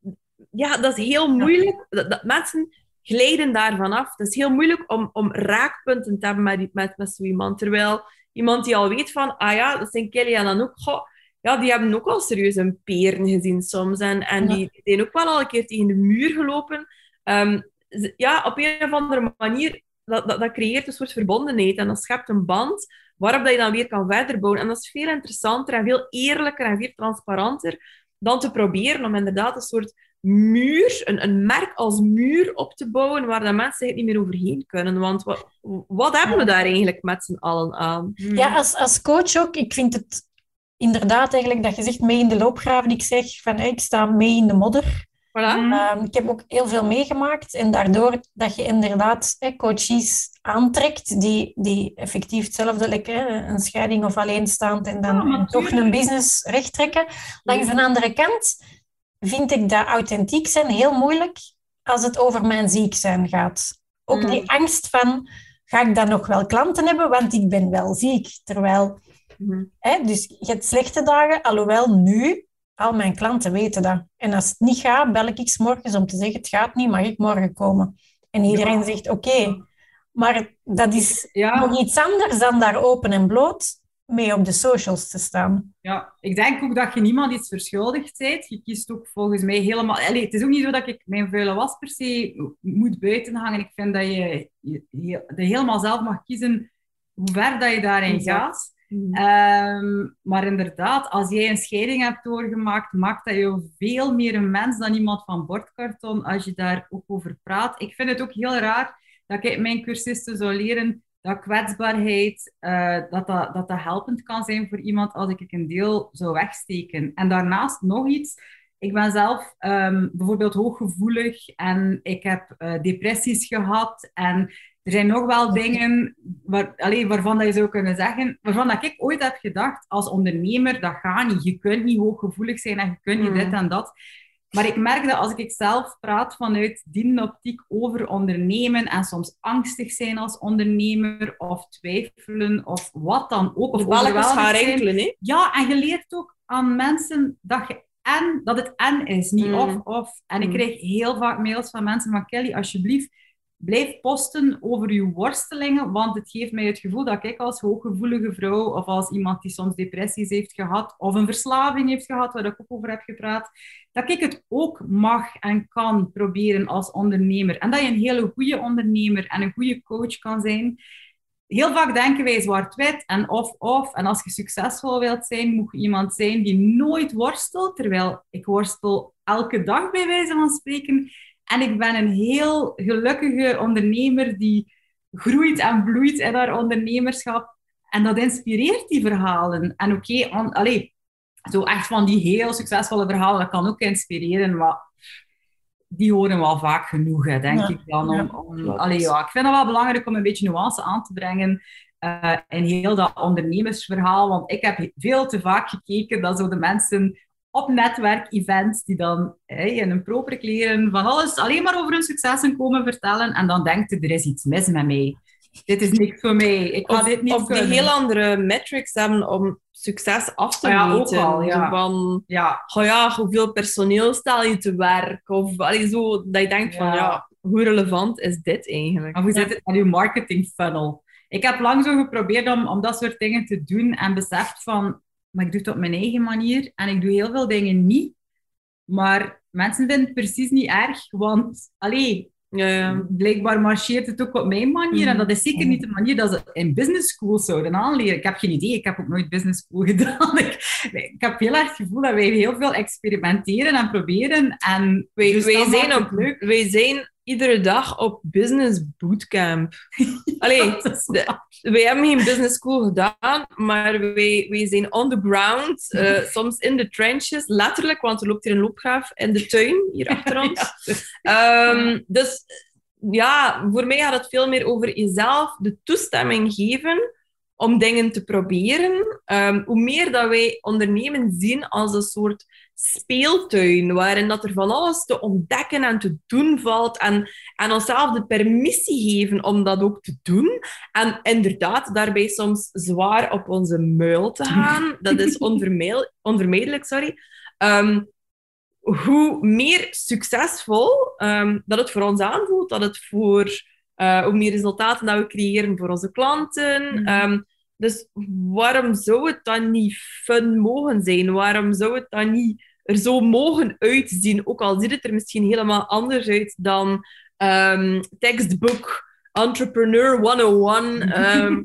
[SPEAKER 4] Ja, dat is heel moeilijk. Dat, dat mensen... glijden daarvan af. Het is heel moeilijk om, om raakpunten te hebben met, met, met zo iemand. Terwijl iemand die al weet van, ah ja, dat zijn Kelly en Anouk, goh, ja, die hebben ook al serieus een peren gezien soms. En, en ja. die, die zijn ook wel al een keer tegen de muur gelopen. Um, ja, op een of andere manier, dat, dat, dat creëert een soort verbondenheid. En dat schept een band waarop dat je dan weer kan verder bouwen. En dat is veel interessanter en veel eerlijker en veel transparanter dan te proberen om inderdaad een soort muur, een, een merk als muur op te bouwen waar de mensen het niet meer overheen kunnen. Want wat, wat hebben we daar eigenlijk met z'n allen aan?
[SPEAKER 2] Ja, als, als coach ook. Ik vind het inderdaad eigenlijk dat je zegt mee in de loopgraven. Ik zeg van, ik sta mee in de modder.
[SPEAKER 4] Voilà.
[SPEAKER 2] Um, ik heb ook heel veel meegemaakt. En daardoor dat je inderdaad eh, coaches aantrekt die, die effectief hetzelfde, like, eh, een scheiding of alleenstaand en dan ja, toch een business recht trekken. Langs ja. de andere kant vind ik dat authentiek zijn heel moeilijk als het over mijn ziek zijn gaat. Ook mm. die angst van, ga ik dan nog wel klanten hebben, want ik ben wel ziek. Terwijl, mm. hè, dus je hebt slechte dagen, alhoewel nu, al mijn klanten weten dat. En als het niet gaat, bel ik 's morgens om te zeggen, het gaat niet, mag ik morgen komen? En iedereen ja. zegt, oké. Okay. Maar dat is ja. nog iets anders dan daar open en bloot mee op de socials te staan.
[SPEAKER 3] Ja, ik denk ook dat je niemand iets verschuldigd bent. Je kiest ook volgens mij helemaal... Allee, het is ook niet zo dat ik mijn vuile was per se moet buiten hangen. Ik vind dat je, je, je helemaal zelf mag kiezen hoe ver dat je daarin gaat. Mm. Um, maar inderdaad, als jij een scheiding hebt doorgemaakt, maakt dat je veel meer een mens dan iemand van bordkarton als je daar ook over praat. Ik vind het ook heel raar dat ik mijn cursisten zou leren dat kwetsbaarheid, uh, dat, dat, dat dat helpend kan zijn voor iemand als ik een deel zou wegsteken. En daarnaast nog iets. Ik ben zelf um, bijvoorbeeld hooggevoelig en ik heb uh, depressies gehad. En er zijn nog wel dingen waar, allez, waarvan dat je zou kunnen zeggen, waarvan dat ik ooit heb gedacht als ondernemer, dat gaat niet. Je kunt niet hooggevoelig zijn en je kunt niet mm. dit en dat. Maar ik merk dat als ik zelf praat vanuit die optiek over ondernemen en soms angstig zijn als ondernemer of twijfelen of wat dan ook. Of
[SPEAKER 4] welke schaar
[SPEAKER 3] zijn.
[SPEAKER 4] enkelen, hè?
[SPEAKER 3] Ja, en je leert ook aan mensen dat, je en, dat het en is, niet
[SPEAKER 4] Mm.
[SPEAKER 3] of-of. En ik
[SPEAKER 4] Mm.
[SPEAKER 3] krijg heel vaak mails van mensen van Kelly, alsjeblieft, blijf posten over uw worstelingen, want het geeft mij het gevoel dat ik als hooggevoelige vrouw of als iemand die soms depressies heeft gehad of een verslaving heeft gehad, waar ik ook over heb gepraat, dat ik het ook mag en kan proberen als ondernemer. En dat je een hele goede ondernemer en een goede coach kan zijn. Heel vaak denken wij zwart-wit en of-of. En als je succesvol wilt zijn, moet je iemand zijn die nooit worstelt. Terwijl ik worstel elke dag, bij wijze van spreken. En ik ben een heel gelukkige ondernemer die groeit en bloeit in haar ondernemerschap. En dat inspireert die verhalen. En oké, okay, allee, zo echt van die heel succesvolle verhalen, dat kan ook inspireren, maar die horen wel vaak genoeg, hè, denk
[SPEAKER 2] Ja.
[SPEAKER 3] ik dan. Om, om,
[SPEAKER 4] Ja.
[SPEAKER 3] allee, ja, ik vind het wel belangrijk om een beetje nuance aan te brengen uh, in heel dat ondernemersverhaal. Want ik heb veel te vaak gekeken dat zo de mensen op netwerkevents die dan hey, in hun propere kleren van alles alleen maar over hun successen komen vertellen. En dan denkt je, er is iets mis met mij. Dit is niks voor mij. Ik ga
[SPEAKER 4] Of,
[SPEAKER 3] dit niet
[SPEAKER 4] of die
[SPEAKER 3] kunnen.
[SPEAKER 4] heel andere metrics hebben om succes af te
[SPEAKER 3] Ah ja, ook
[SPEAKER 4] meten.
[SPEAKER 3] al, ja.
[SPEAKER 4] Zo van,
[SPEAKER 3] Ja,
[SPEAKER 4] oh ja, hoeveel personeel stel je te werk? Of allee, zo, dat je denkt van,
[SPEAKER 3] Ja.
[SPEAKER 4] ja, hoe relevant is dit eigenlijk?
[SPEAKER 3] maar hoe zit het met uw marketing funnel? Ik heb lang zo geprobeerd om, om dat soort dingen te doen en beseft van, maar ik doe het op mijn eigen manier en ik doe heel veel dingen niet. Maar mensen vinden het precies niet erg, want allee,
[SPEAKER 4] Ja, ja.
[SPEAKER 3] blijkbaar marcheert het ook op mijn manier. En dat is zeker
[SPEAKER 2] Mhm.
[SPEAKER 3] niet de manier dat ze in business school zouden aanleren. Ik heb geen idee, ik heb ook nooit business school gedaan. Ik, ik heb heel erg het gevoel dat wij heel veel experimenteren en proberen. En
[SPEAKER 4] Wij,
[SPEAKER 3] dus
[SPEAKER 4] wij,
[SPEAKER 3] dat
[SPEAKER 4] zijn
[SPEAKER 3] maakt
[SPEAKER 4] op,
[SPEAKER 3] het leuk.
[SPEAKER 4] wij zijn iedere dag op business bootcamp. Allee,
[SPEAKER 3] Dat is
[SPEAKER 4] de- wij hebben geen business school gedaan, maar wij, wij zijn on the ground, eh, soms in de trenches, letterlijk, want er loopt hier een loopgraaf in de tuin, hier achter ons.
[SPEAKER 3] Ja, dus-
[SPEAKER 4] Ehm, dus ja, voor mij gaat het veel meer over jezelf de toestemming geven om dingen te proberen. Ehm, hoe meer dat wij ondernemen zien als een soort speeltuin, waarin dat er van alles te ontdekken en te doen valt, en, en onszelf de permissie geven om dat ook te doen. En inderdaad, daarbij soms zwaar op onze muil te gaan. Dat is onvermijdelijk, onvermijdelijk sorry. Ehm, hoe meer succesvol um, dat het voor ons aanvoelt, dat het voor uh, hoe meer resultaten dat we creëren voor onze klanten.
[SPEAKER 3] Mm.
[SPEAKER 4] Um, dus waarom zou het dan niet fun mogen zijn? Waarom zou het dan niet er zo mogen uitzien? Ook al ziet het er misschien helemaal anders uit dan um, textbook Entrepreneur honderdéén. Um,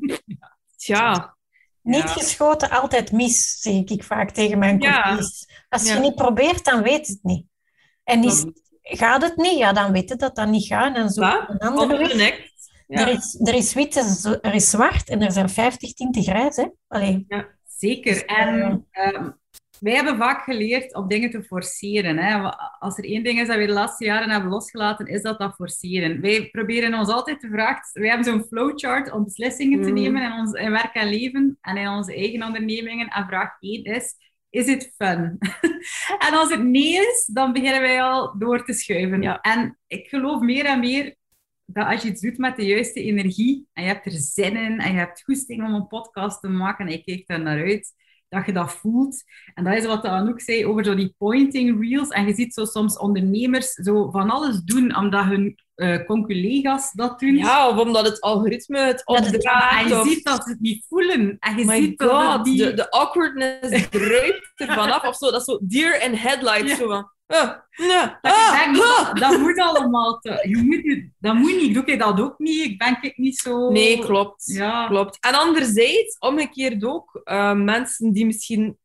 [SPEAKER 4] tja.
[SPEAKER 2] Niet
[SPEAKER 3] Ja.
[SPEAKER 2] geschoten, altijd mis, zeg ik vaak tegen mijn
[SPEAKER 4] Ja.
[SPEAKER 2] coaches. Als
[SPEAKER 4] Ja.
[SPEAKER 2] je niet probeert, dan weet het niet. En is, gaat het niet, ja, dan weet je dat dat niet gaat. En dan zoek je
[SPEAKER 4] Ja,
[SPEAKER 2] een andere
[SPEAKER 4] on the
[SPEAKER 2] weg.
[SPEAKER 4] next. Ja.
[SPEAKER 2] Er, is, er is wit, er is- er is zwart en er zijn vijftig tinten grijs. Hè? Allee.
[SPEAKER 3] Zeker.
[SPEAKER 2] Dus,
[SPEAKER 3] En ehm, wij hebben vaak geleerd om dingen te forceren. Hè. Als er één ding is dat we de laatste jaren hebben losgelaten, is dat dat forceren. Wij proberen ons altijd te vragen... Wij hebben zo'n flowchart om beslissingen te
[SPEAKER 4] Mm.
[SPEAKER 3] nemen in ons in werk en leven en in onze eigen ondernemingen. En vraag één is, is het fun? En als het nee is, dan beginnen wij al door te schuiven.
[SPEAKER 4] Ja.
[SPEAKER 3] En ik geloof meer en meer dat als je iets doet met de juiste energie en je hebt er zin in en je hebt goesting om een podcast te maken en je kijkt daar naar uit, dat je dat voelt. En dat is wat Anouk zei over zo die pointing reels. En je ziet zo soms ondernemers zo van alles doen omdat hun uh, conculega's dat doen.
[SPEAKER 4] Ja, of omdat het algoritme het
[SPEAKER 2] Ja, dat-
[SPEAKER 4] opdraagt.
[SPEAKER 3] En je
[SPEAKER 4] of...
[SPEAKER 3] ziet dat ze het niet voelen. En je
[SPEAKER 4] My
[SPEAKER 3] ziet dat
[SPEAKER 4] god,
[SPEAKER 3] die...
[SPEAKER 4] de, de awkwardness druipt er vanaf. Of zo, dat is zo deer in headlights.
[SPEAKER 3] Ja.
[SPEAKER 4] Zo van, ah, ja,
[SPEAKER 3] Dat je
[SPEAKER 4] ah,
[SPEAKER 3] denkt,
[SPEAKER 4] ah.
[SPEAKER 3] dat, dat moet allemaal. Te, je moet, je- dat moet niet. Doe ik dat ook niet? Ik ben ik niet zo...
[SPEAKER 4] Nee, klopt.
[SPEAKER 3] Ja.
[SPEAKER 4] klopt. En anderzijds, omgekeerd ook, uh, mensen die misschien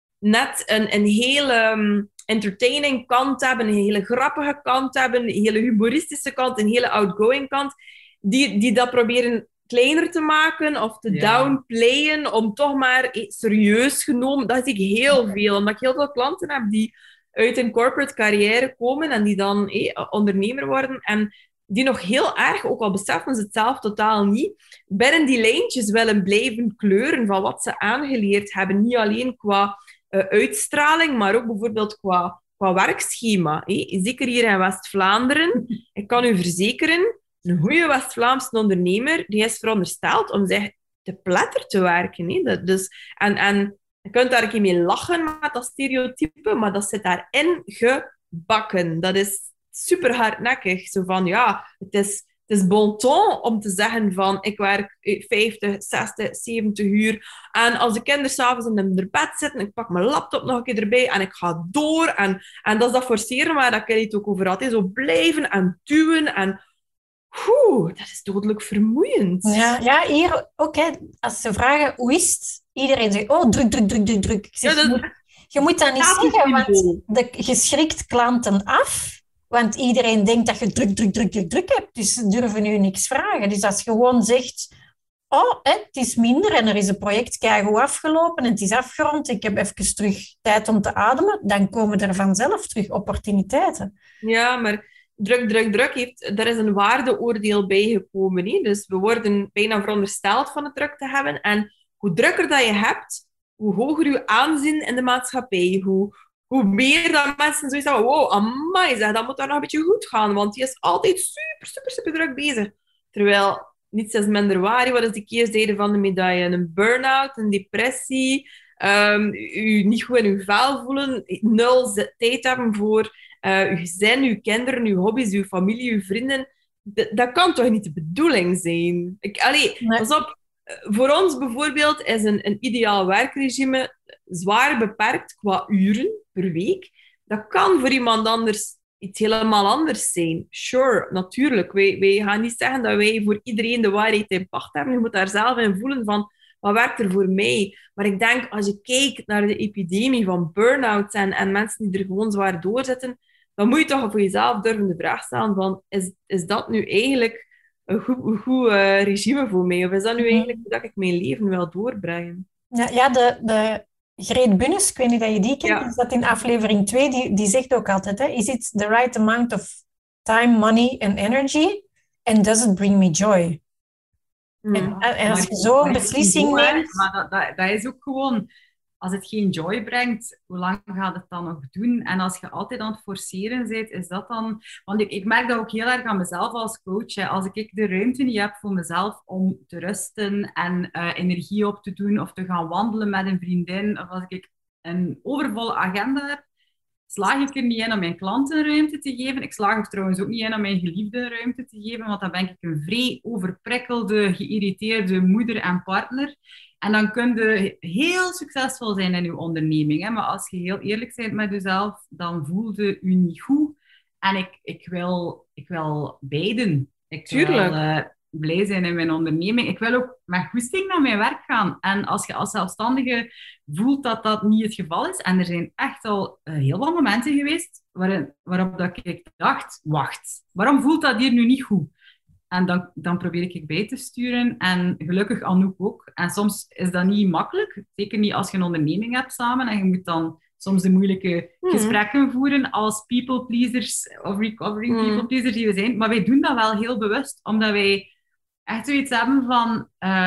[SPEAKER 4] net een, een hele um, entertaining kant hebben, een hele grappige kant hebben, een hele humoristische kant, een hele outgoing kant, die, die dat proberen kleiner te maken of te
[SPEAKER 3] Ja.
[SPEAKER 4] downplayen om toch maar eh, serieus genomen. Dat zie ik heel veel, omdat ik heel veel klanten heb die uit een corporate carrière komen en die dan eh, ondernemer worden en die nog heel erg, ook al beseffen ze het zelf totaal niet, binnen die lijntjes willen blijven kleuren van wat ze aangeleerd hebben. Niet alleen qua uh, uitstraling, maar ook bijvoorbeeld qua qua werkschema. Hè? Zeker hier in West-Vlaanderen. Ik kan u verzekeren, een goede West-Vlaamse ondernemer, die is verondersteld om zich te pletter te werken. Hè? Dat, dus, en, en je kunt daar een keer mee lachen met dat stereotype, maar dat zit daarin gebakken. Dat is super hardnekkig. Zo van, ja, het is... Het is bon ton om te zeggen van ik werk vijftig, zestig, zeventig uur. En als de kinderen s'avonds in hun bed zitten, ik pak mijn laptop nog een keer erbij en ik ga door. En, en dat is dat forceren waar dat Kelly het ook over had. Zo blijven en duwen. En oeh, dat is dodelijk vermoeiend.
[SPEAKER 2] Ja, ja hier ook. Hè, als ze vragen hoe is het, iedereen zegt oh, druk, druk, druk, druk, druk. Ik zeg,
[SPEAKER 4] Ja, dat-
[SPEAKER 2] je, moet, je moet dat niet
[SPEAKER 4] Dat is
[SPEAKER 2] zeggen,
[SPEAKER 4] symbool.
[SPEAKER 2] want de, je schrikt klanten af. Want iedereen denkt dat je druk, druk, druk, druk, druk hebt. Dus ze durven nu niks vragen. Dus als je gewoon zegt... Oh, hè, het is minder en er is een project keigoed afgelopen en het is afgerond. Ik heb even terug tijd om te ademen. Dan komen er vanzelf terug opportuniteiten.
[SPEAKER 4] Ja, maar druk, druk, druk heeft... Er is een waardeoordeel bijgekomen. Hè? Dus we worden bijna verondersteld van het druk te hebben. En hoe drukker dat je hebt, hoe hoger je aanzien in de maatschappij. Hoe, hoe meer dat mensen zoiets hebben. Wow, amai, zeg, dat moet daar nog een beetje goed gaan. Want die is altijd super, super, super druk bezig. Terwijl... Niets is minder waar. Wat is de keerzijde van de medaille? Een burn-out, een depressie, um, u niet goed in uw vel voelen, nul z- tijd hebben voor uh, uw gezin, uw kinderen, uw hobby's, uw familie, uw vrienden. D- dat kan toch niet de bedoeling zijn? Ik, allee,
[SPEAKER 2] Nee.
[SPEAKER 4] pas op. Voor ons bijvoorbeeld is een, een ideaal werkregime zwaar beperkt qua uren per week. Dat kan voor iemand anders iets helemaal anders zijn. Sure, natuurlijk. Wij, wij gaan niet zeggen dat wij voor iedereen de waarheid in pacht hebben. Je moet daar zelf in voelen van, wat werkt er voor mij? Maar ik denk, als je kijkt naar de epidemie van burn-outs en, en mensen die er gewoon zwaar doorzetten, dan moet je toch voor jezelf durven de vraag stellen van, is, is dat nu eigenlijk een goed, een goed uh, regime voor mij? Of is dat nu eigenlijk hoe dat ik mijn leven wil doorbrengen?
[SPEAKER 2] Ja, ja de, de Greet Bunnes, ik weet niet dat je die kent,
[SPEAKER 4] Ja.
[SPEAKER 2] die is dat in aflevering twee, die, die zegt ook altijd, hè, is it the right amount of time, money and energy? And does it bring me joy?
[SPEAKER 4] Hmm.
[SPEAKER 2] En, en als
[SPEAKER 3] Maar-
[SPEAKER 2] je zo'n
[SPEAKER 3] maar
[SPEAKER 2] beslissing
[SPEAKER 3] het is zo, hè.
[SPEAKER 2] neemt...
[SPEAKER 3] Maar dat, dat, dat is ook gewoon... Als het geen joy brengt, hoe lang gaat het dan nog doen? En als je altijd aan het forceren bent, is dat dan... Want ik, ik merk dat ook heel erg aan mezelf als coach. Hè. Als ik de ruimte niet heb voor mezelf om te rusten en uh, energie op te doen of te gaan wandelen met een vriendin, of als ik een overvolle agenda heb, slaag ik er niet in om mijn klanten ruimte te geven. Ik slaag er trouwens ook niet in om mijn geliefde ruimte te geven, want dan ben ik een vrij overprikkelde, geïrriteerde moeder en partner. En dan kun je heel succesvol zijn in je onderneming. Hè? Maar als je heel eerlijk bent met jezelf, dan voel je je niet goed. En ik, ik, wil, ik wil beiden. Ik
[SPEAKER 4] Tuurlijk.
[SPEAKER 3] wil uh, blij zijn in mijn onderneming. Ik wil ook met goesting naar mijn werk gaan. En als je als zelfstandige voelt dat dat niet het geval is, en er zijn echt al uh, heel wat momenten geweest waarin, waarop dat ik dacht, wacht, waarom voelt dat hier nu niet goed? En dan, dan probeer ik bij te sturen. En gelukkig Anouk ook. En soms is dat niet makkelijk. Zeker niet als je een onderneming hebt samen. En je moet dan soms de moeilijke
[SPEAKER 4] Hmm.
[SPEAKER 3] gesprekken voeren als people pleasers of recovering
[SPEAKER 4] Hmm.
[SPEAKER 3] people pleasers die we zijn. Maar wij doen dat wel heel bewust. Omdat wij echt zoiets hebben van...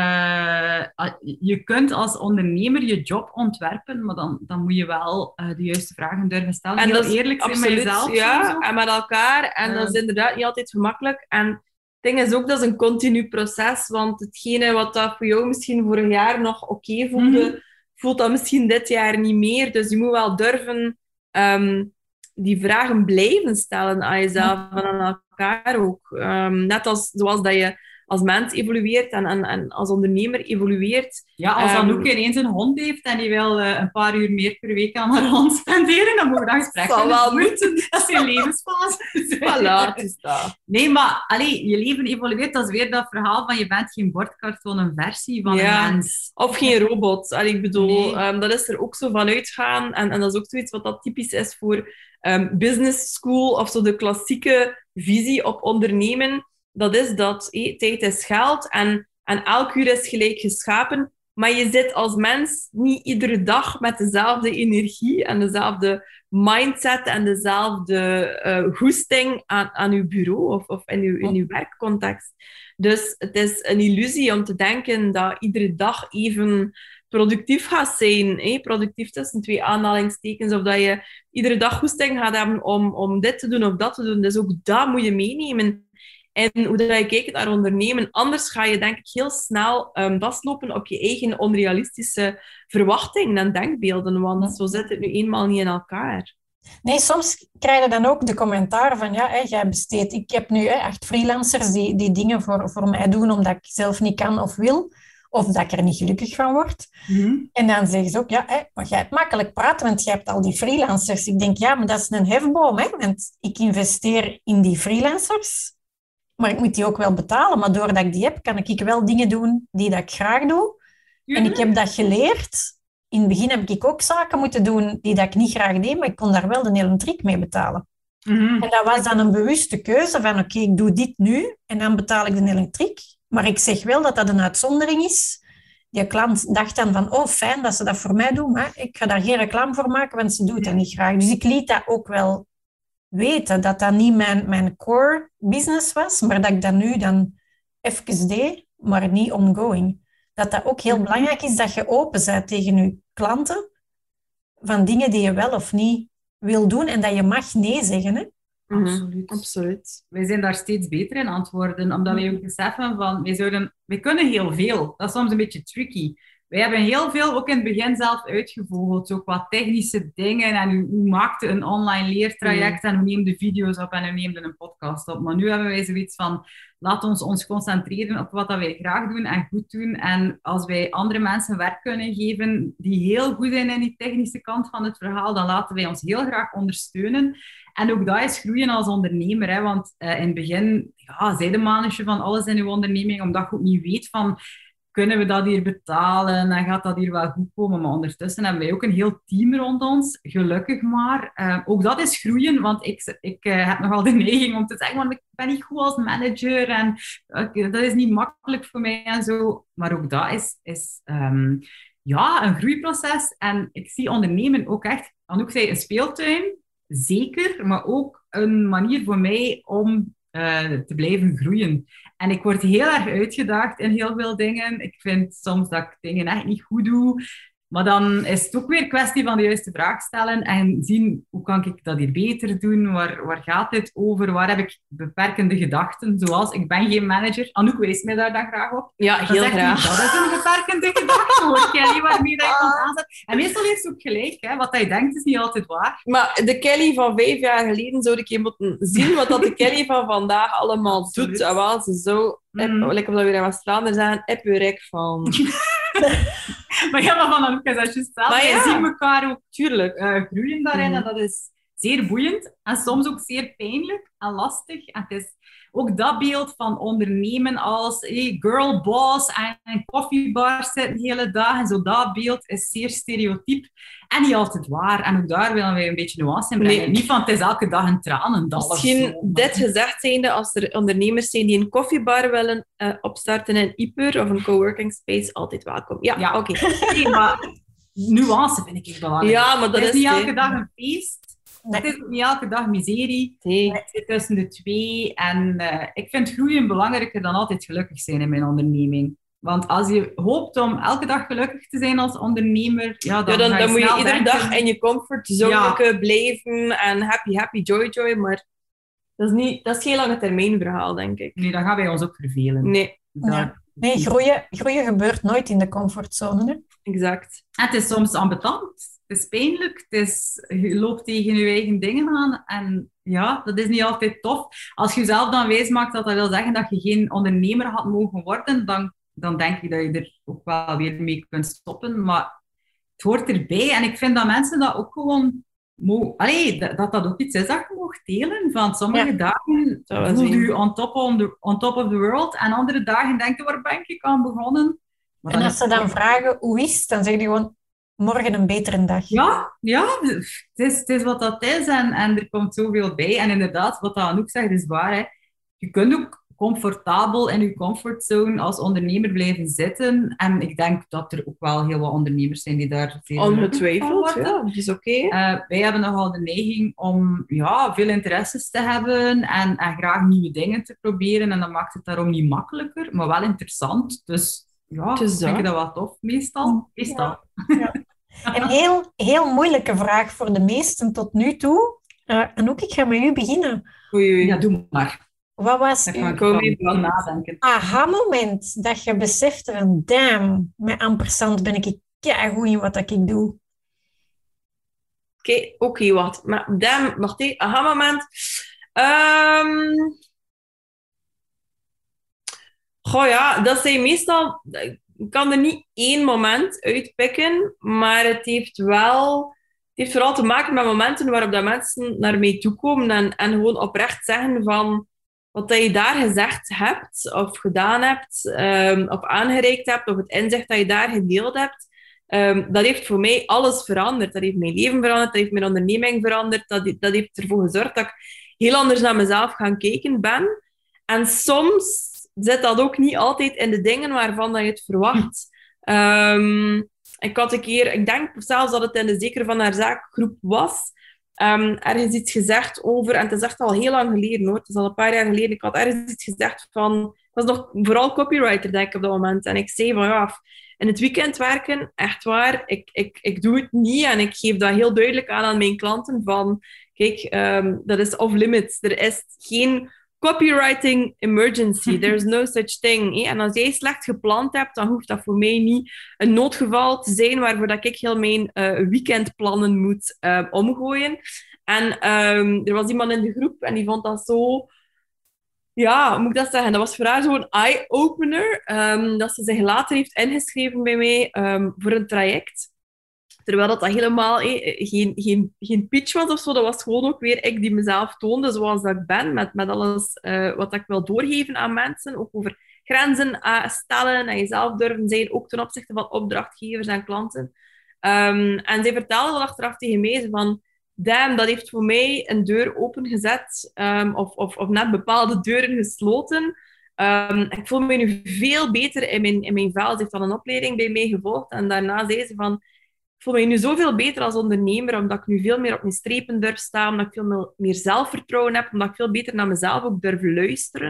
[SPEAKER 3] Uh, je kunt als ondernemer je job ontwerpen. Maar dan, dan moet je wel uh, de juiste vragen durven stellen.
[SPEAKER 4] En
[SPEAKER 3] heel
[SPEAKER 4] dat is
[SPEAKER 3] eerlijk zijn met
[SPEAKER 4] absoluut,
[SPEAKER 3] jezelf.
[SPEAKER 4] ja,
[SPEAKER 3] soms ook.
[SPEAKER 4] en met elkaar. En
[SPEAKER 3] Ja.
[SPEAKER 4] dat is inderdaad niet altijd gemakkelijk. En het ding is ook, dat is een continu proces. Want hetgene wat dat voor jou misschien vorig jaar nog oké okay voelde,
[SPEAKER 3] Mhm.
[SPEAKER 4] voelt dat misschien dit jaar niet meer. Dus je moet wel durven um, die vragen blijven stellen aan jezelf en aan elkaar ook. Um, net als zoals dat je als mens evolueert en, en, en als ondernemer evolueert.
[SPEAKER 3] Ja, als
[SPEAKER 4] Ehm,
[SPEAKER 3] Anouk ineens een hond heeft en die wil uh, een paar uur meer per week aan haar hond spenderen, dan moet je dat gesprek
[SPEAKER 4] Zal
[SPEAKER 3] kunnen
[SPEAKER 4] wel
[SPEAKER 3] voeren.
[SPEAKER 4] moeten.
[SPEAKER 3] Dat is je levensfase.
[SPEAKER 4] Voilà, het is dat.
[SPEAKER 3] Nee, maar allee, je leven evolueert. Dat is weer dat verhaal van je bent geen bordkarton, een versie van
[SPEAKER 4] Ja.
[SPEAKER 3] een mens.
[SPEAKER 4] Of geen robot. Allee, ik bedoel,
[SPEAKER 3] Nee.
[SPEAKER 4] um, dat is er ook zo van uitgaan. En, en dat is ook zoiets wat dat typisch is voor um, business school of zo de klassieke visie op ondernemen. Dat is dat hey, tijd is geld en, en elk uur is gelijk geschapen. Maar je zit als mens niet iedere dag met dezelfde energie en dezelfde mindset en dezelfde uh, goesting aan, aan je bureau of, of in je, in je werkcontext. Dus het is een illusie om te denken dat iedere dag even productief gaat zijn. Hè? Productief tussen twee aanhalingstekens. Of dat je iedere dag goesting gaat hebben om, om dit te doen of dat te doen. Dus ook dat moet je meenemen. En hoe dat je kijkt naar ondernemen. Anders ga je denk ik heel snel um, vastlopen op je eigen onrealistische verwachtingen en denkbeelden. Want zo zit het nu eenmaal niet in elkaar.
[SPEAKER 2] Nee, soms krijg je dan ook de commentaar van, ja, hè, jij besteedt... Ik heb nu hè, echt freelancers die, die dingen voor, voor mij doen omdat ik zelf niet kan of wil. Of dat ik er niet gelukkig van word.
[SPEAKER 3] Mm-hmm.
[SPEAKER 2] En dan zeggen ze ook, ja, hè, maar jij hebt makkelijk praten, want jij hebt al die freelancers. Ik denk, ja, maar dat is een hefboom, hè. Want ik investeer in die freelancers... Maar ik moet die ook wel betalen. Maar doordat ik die heb, kan ik wel dingen doen die dat ik graag doe. Ja. En ik heb dat geleerd. In het begin heb ik ook zaken moeten doen die dat ik niet graag deed, maar ik kon daar wel de hele trick mee betalen. Mm-hmm. En dat was dan een bewuste keuze van, oké, okay, ik doe dit nu en dan betaal ik de hele trick. Maar ik zeg wel dat dat een uitzondering is. Die klant dacht dan van, oh, fijn dat ze dat voor mij doen, maar ik ga daar geen reclame voor maken, want ze doet dat niet graag. Dus ik liet dat ook wel... weten dat dat niet mijn, mijn core business was, maar dat ik dat nu dan even deed, maar niet ongoing. Dat dat ook heel belangrijk is dat je open bent tegen je klanten van dingen die je wel of niet wil doen en dat je mag nee zeggen. Hè?
[SPEAKER 3] Mm-hmm. Absoluut. Absoluut. Wij zijn daar steeds beter in antwoorden, omdat wij ook beseffen van, wij, zouden, wij kunnen heel veel. Dat is soms een beetje tricky. Wij hebben heel veel ook in het begin zelf uitgevogeld. Ook wat technische dingen. En hoe, hoe maakte een online leertraject? Mm. En hoe neemde video's op en hoe neemde een podcast op? Maar nu hebben wij zoiets van... Laat ons ons concentreren op wat dat wij graag doen en goed doen. En als wij andere mensen werk kunnen geven die heel goed zijn in die technische kant van het verhaal, dan laten wij ons heel graag ondersteunen. En ook dat is groeien als ondernemer. Hè? Want uh, in het begin ja, zei de manager van alles in uw onderneming, omdat je ook niet weet van... Kunnen we dat hier betalen en gaat dat hier wel goed komen? Maar ondertussen hebben wij ook een heel team rond ons, gelukkig maar. Uh, ook dat is groeien, want ik, ik uh, heb nogal de neiging om te zeggen, want ik ben niet goed als manager en uh, dat is niet makkelijk voor mij en zo. Maar ook dat is, is um, ja, een groeiproces. En ik zie ondernemen ook echt, Anouk zei, een speeltuin, zeker, maar ook een manier voor mij om uh, te blijven groeien. En ik word heel erg uitgedaagd in heel veel dingen. Ik vind soms dat ik dingen echt niet goed doe. Maar dan is het ook weer een kwestie van de juiste vraag stellen en zien hoe kan ik dat hier beter doen, waar, waar gaat dit over, waar heb ik beperkende gedachten, zoals ik ben geen manager. Anouk wijst mij daar dan graag op.
[SPEAKER 4] Ja, heel
[SPEAKER 3] dat
[SPEAKER 4] graag.
[SPEAKER 3] Niet, dat is een beperkende gedachte, hoor Kelly, waarmee dat je ons aanzet. En meestal heeft ze ook gelijk, hè. Wat je denkt is niet altijd waar.
[SPEAKER 4] Maar de Kelly van vijf jaar geleden zou ik je moeten zien wat dat de Kelly van vandaag allemaal Absoluut. doet. En wel, ze zo, mm. lekker of dat weer in West-Vlaanderen zijn, heb je rek van...
[SPEAKER 3] Maar ja, maar van Anouk is dat juist zelf. Wij ja. zien elkaar ook
[SPEAKER 4] Tuurlijk.
[SPEAKER 3] Uh, groeien daarin. Mm. En dat is zeer boeiend. En soms ook zeer pijnlijk en lastig. En het is ook dat beeld van ondernemen als hey, girl boss en een koffiebar zitten de hele dag. En zo dat beeld is zeer stereotyp. En niet altijd waar. En ook daar willen wij een beetje nuance in brengen. Nee. Niet van het is elke dag een tranendal.
[SPEAKER 4] Misschien zo, dit gezegd zijnde, als er ondernemers zijn die een koffiebar willen uh, opstarten in Ieper of een coworking space, altijd welkom. Ja,
[SPEAKER 3] ja.
[SPEAKER 4] oké. Okay.
[SPEAKER 3] Nee, maar nuance vind ik belangrijk.
[SPEAKER 4] Ja, maar dat
[SPEAKER 3] het is
[SPEAKER 4] is
[SPEAKER 3] niet
[SPEAKER 4] de...
[SPEAKER 3] elke dag een feest. Nee. Het is ook niet elke dag miserie.
[SPEAKER 4] Nee.
[SPEAKER 3] Het zit tussen de twee. En uh, ik vind groeien belangrijker dan altijd gelukkig zijn in mijn onderneming. Want als je hoopt om elke dag gelukkig te zijn als ondernemer, ja, dan,
[SPEAKER 4] ja, dan,
[SPEAKER 3] je
[SPEAKER 4] dan moet je iedere
[SPEAKER 3] denken...
[SPEAKER 4] dag in je comfortzone ja. blijven en happy, happy, joy, joy. Maar dat is, niet, dat is geen lange termijn verhaal, denk ik.
[SPEAKER 3] Nee, dan gaan wij ons ook vervelen.
[SPEAKER 4] Nee.
[SPEAKER 2] Ja. Nee, groeien, groeien gebeurt nooit in de comfortzone. Hè?
[SPEAKER 4] Exact.
[SPEAKER 3] En het is soms ambetant. Het is pijnlijk. Het is, je loopt tegen je eigen dingen aan. En ja, dat is niet altijd tof. Als je jezelf dan wijs maakt dat dat wil zeggen dat je geen ondernemer had mogen worden, dan, dan denk ik dat je er ook wel weer mee kunt stoppen. Maar het hoort erbij. En ik vind dat mensen dat ook gewoon... Mo- Allee, dat, dat dat ook iets is dat je mag delen. Van sommige ja. dagen voel je je on top, on, the, on top of the world. En andere dagen denk je, waar ben ik aan begonnen?
[SPEAKER 2] Maar en als ze dan vragen, hoe is het? Dan zeg je gewoon, morgen een betere dag.
[SPEAKER 3] Ja, ja het, is, het is wat dat is. En, en er komt zoveel bij. En inderdaad, wat Anouk zegt, is waar. Hè. Je kunt ook comfortabel in je comfortzone als ondernemer blijven zitten. En ik denk dat er ook wel heel wat ondernemers zijn die daar zeer
[SPEAKER 4] ongetwijfeld, ja, dat is oké.
[SPEAKER 3] Okay. Uh, wij hebben nogal de neiging om ja, veel interesses te hebben en, en graag nieuwe dingen te proberen. En dat maakt het daarom niet makkelijker, maar wel interessant. Dus Ja,
[SPEAKER 4] Dus
[SPEAKER 3] vind ik
[SPEAKER 4] dat.
[SPEAKER 3] dat wel tof, meestal. Meestal.
[SPEAKER 2] Ja. Een heel, heel moeilijke vraag voor de meesten tot nu toe. Uh, Anouk, ik ga met u beginnen.
[SPEAKER 4] Oei, oei.
[SPEAKER 3] Ja, doe maar.
[SPEAKER 2] Wat was
[SPEAKER 3] Dan
[SPEAKER 2] uw
[SPEAKER 3] kan ik
[SPEAKER 4] Kom
[SPEAKER 3] wel
[SPEAKER 4] mee van.
[SPEAKER 3] nadenken.
[SPEAKER 2] aha-moment dat je besefte van damn, met ampersand ben ik keigoed in wat ik doe?
[SPEAKER 4] Oké, okay, oké, okay, wacht. Maar damn, wacht even. Aha-moment. Um... Goh ja, dat zijn meestal... Ik kan er niet één moment uitpikken, maar het heeft wel... Het heeft vooral te maken met momenten waarop dat mensen naar mij toekomen en, en gewoon oprecht zeggen van wat dat je daar gezegd hebt, of gedaan hebt, um, of aangereikt hebt, of het inzicht dat je daar gedeeld hebt. Um, dat heeft voor mij alles veranderd. Dat heeft mijn leven veranderd, dat heeft mijn onderneming veranderd. Dat, dat heeft ervoor gezorgd dat ik heel anders naar mezelf gaan kijken ben. En soms zit dat ook niet altijd in de dingen waarvan dat je het verwacht. Um, ik had een keer, ik denk zelfs dat het in de Zeker van haar zaakgroep was, um, ergens iets gezegd over, en het is echt al heel lang geleden hoor, het is al een paar jaar geleden, ik had ergens iets gezegd van, ik was nog vooral copywriter denk ik op dat moment, en ik zei van ja, in het weekend werken, echt waar, ik, ik, ik doe het niet en ik geef dat heel duidelijk aan aan mijn klanten van, kijk, um, dat is off limits, er is geen copywriting emergency, there's no such thing. Eh? En als jij slecht gepland hebt, dan hoeft dat voor mij niet een noodgeval te zijn waarvoor dat ik heel mijn uh, weekendplannen moet uh, omgooien. En um, er was iemand in de groep en die vond dat zo... Ja, hoe moet ik dat zeggen? Dat was voor haar zo'n eye-opener, um, dat ze zich later heeft ingeschreven bij mij um, voor een traject. Terwijl dat, dat helemaal eh, geen, geen, geen pitch was of zo. Dat was gewoon ook weer ik die mezelf toonde zoals dat ik ben. Met, met alles uh, wat ik wil doorgeven aan mensen. Ook over grenzen uh, stellen en jezelf durven zijn. Ook ten opzichte van opdrachtgevers en klanten. Um, en zij vertelde dat achteraf tegen mij. Van, damn, dat heeft voor mij een deur opengezet. Um, of, of, of net bepaalde deuren gesloten. Um, ik voel me nu veel beter in mijn, in mijn vel. Ze heeft dan een opleiding bij mij gevolgd. En daarna zei ze van... Ik voel me nu zoveel beter als ondernemer, omdat ik nu veel meer op mijn strepen durf staan, omdat ik veel meer zelfvertrouwen heb, omdat ik veel beter naar mezelf ook durf luisteren.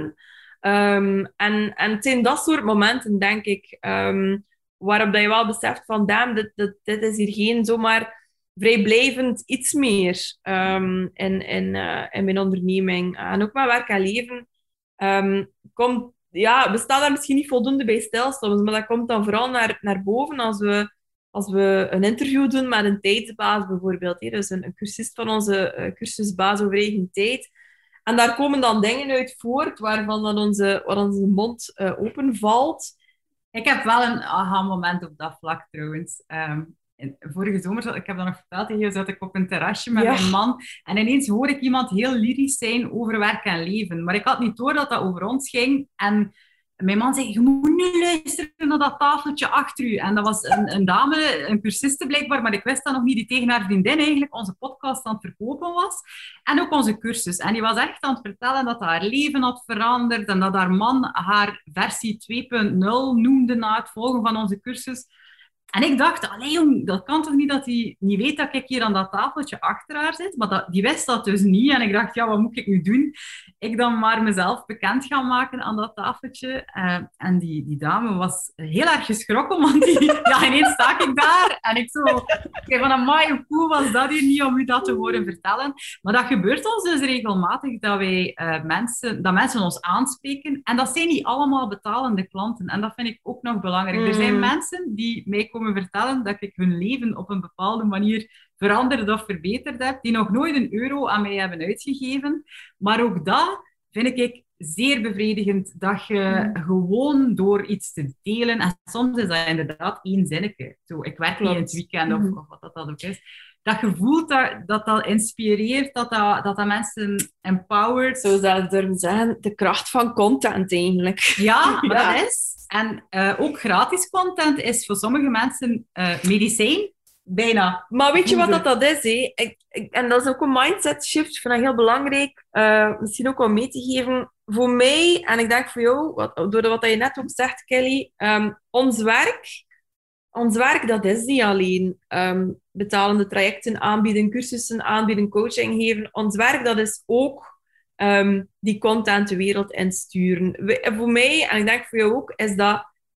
[SPEAKER 4] Um, en, en het zijn dat soort momenten, denk ik, um, waarop dat je wel beseft van, damn, dit, dit, dit is hier geen zomaar vrijblijvend iets meer um, in, in, uh, in mijn onderneming. En ook mijn werk en leven um, komt, ja, we staan daar misschien niet voldoende bij stil soms, maar dat komt dan vooral naar, naar boven als we Als we een interview doen met een tijdsbaas bijvoorbeeld, hè, dus een, een cursist van onze uh, cursusbaas over eigen tijd. En daar komen dan dingen uit voort waarvan dan onze, waar onze mond uh, openvalt.
[SPEAKER 3] Ik heb wel een aha-moment op dat vlak trouwens. Um, vorige zomer, ik heb dat nog verteld, hier zat ik op een terrasje met ja. mijn man. En ineens hoor ik iemand heel lyrisch zijn over werk en leven. Maar ik had niet door dat dat over ons ging. En mijn man zei, je moet nu luisteren naar dat tafeltje achter u. En dat was een, een dame, een cursiste blijkbaar, maar ik wist dat nog niet, die tegen haar vriendin eigenlijk onze podcast aan het verkopen was. En ook onze cursus. En die was echt aan het vertellen dat haar leven had veranderd en dat haar man haar versie twee punt nul noemde na het volgen van onze cursus. En ik dacht, allee jong, dat kan toch niet dat hij niet weet dat ik hier aan dat tafeltje achter haar zit? Maar dat, die wist dat dus niet. En ik dacht, ja, wat moet ik nu doen? Ik dan maar mezelf bekend gaan maken aan dat tafeltje. Uh, en die, die dame was heel erg geschrokken, want die, ja, ineens sta ik daar. En ik zo, okay, van amai, hoe cool was dat hier niet om u dat te horen vertellen? Maar dat gebeurt ons dus regelmatig, dat, wij, uh, mensen, dat mensen ons aanspreken. En dat zijn niet allemaal betalende klanten. En dat vind ik ook nog belangrijk. Mm. Er zijn mensen die mij komen vertellen dat ik hun leven op een bepaalde manier veranderd of verbeterd heb, die nog nooit een euro aan mij hebben uitgegeven. Maar ook dat vind ik zeer bevredigend, dat je mm. gewoon door iets te delen, en soms is dat inderdaad één zinnetje, zo, ik werk niet in het weekend of, mm. of wat dat, dat ook is, dat je voelt dat dat, dat inspireert, dat dat, dat dat mensen empowert.
[SPEAKER 4] Zo zou je durven zeggen, de kracht van content eigenlijk.
[SPEAKER 3] Ja, maar ja. dat is. En uh, ook gratis content is voor sommige mensen uh, medicijn. Bijna.
[SPEAKER 4] Maar weet je wat dat, dat is? Hè? Ik, ik, en dat is ook een mindset shift. Ik vind dat heel belangrijk. Uh, misschien ook om mee te geven. Voor mij, en ik denk voor jou, wat, door wat je net ook zegt, Kelly. Um, ons werk, ons werk, dat is niet alleen um, betalende trajecten aanbieden, cursussen aanbieden, coaching geven. Ons werk, dat is ook um, die content de wereld insturen. We, voor mij, en ik denk voor jou ook, is dat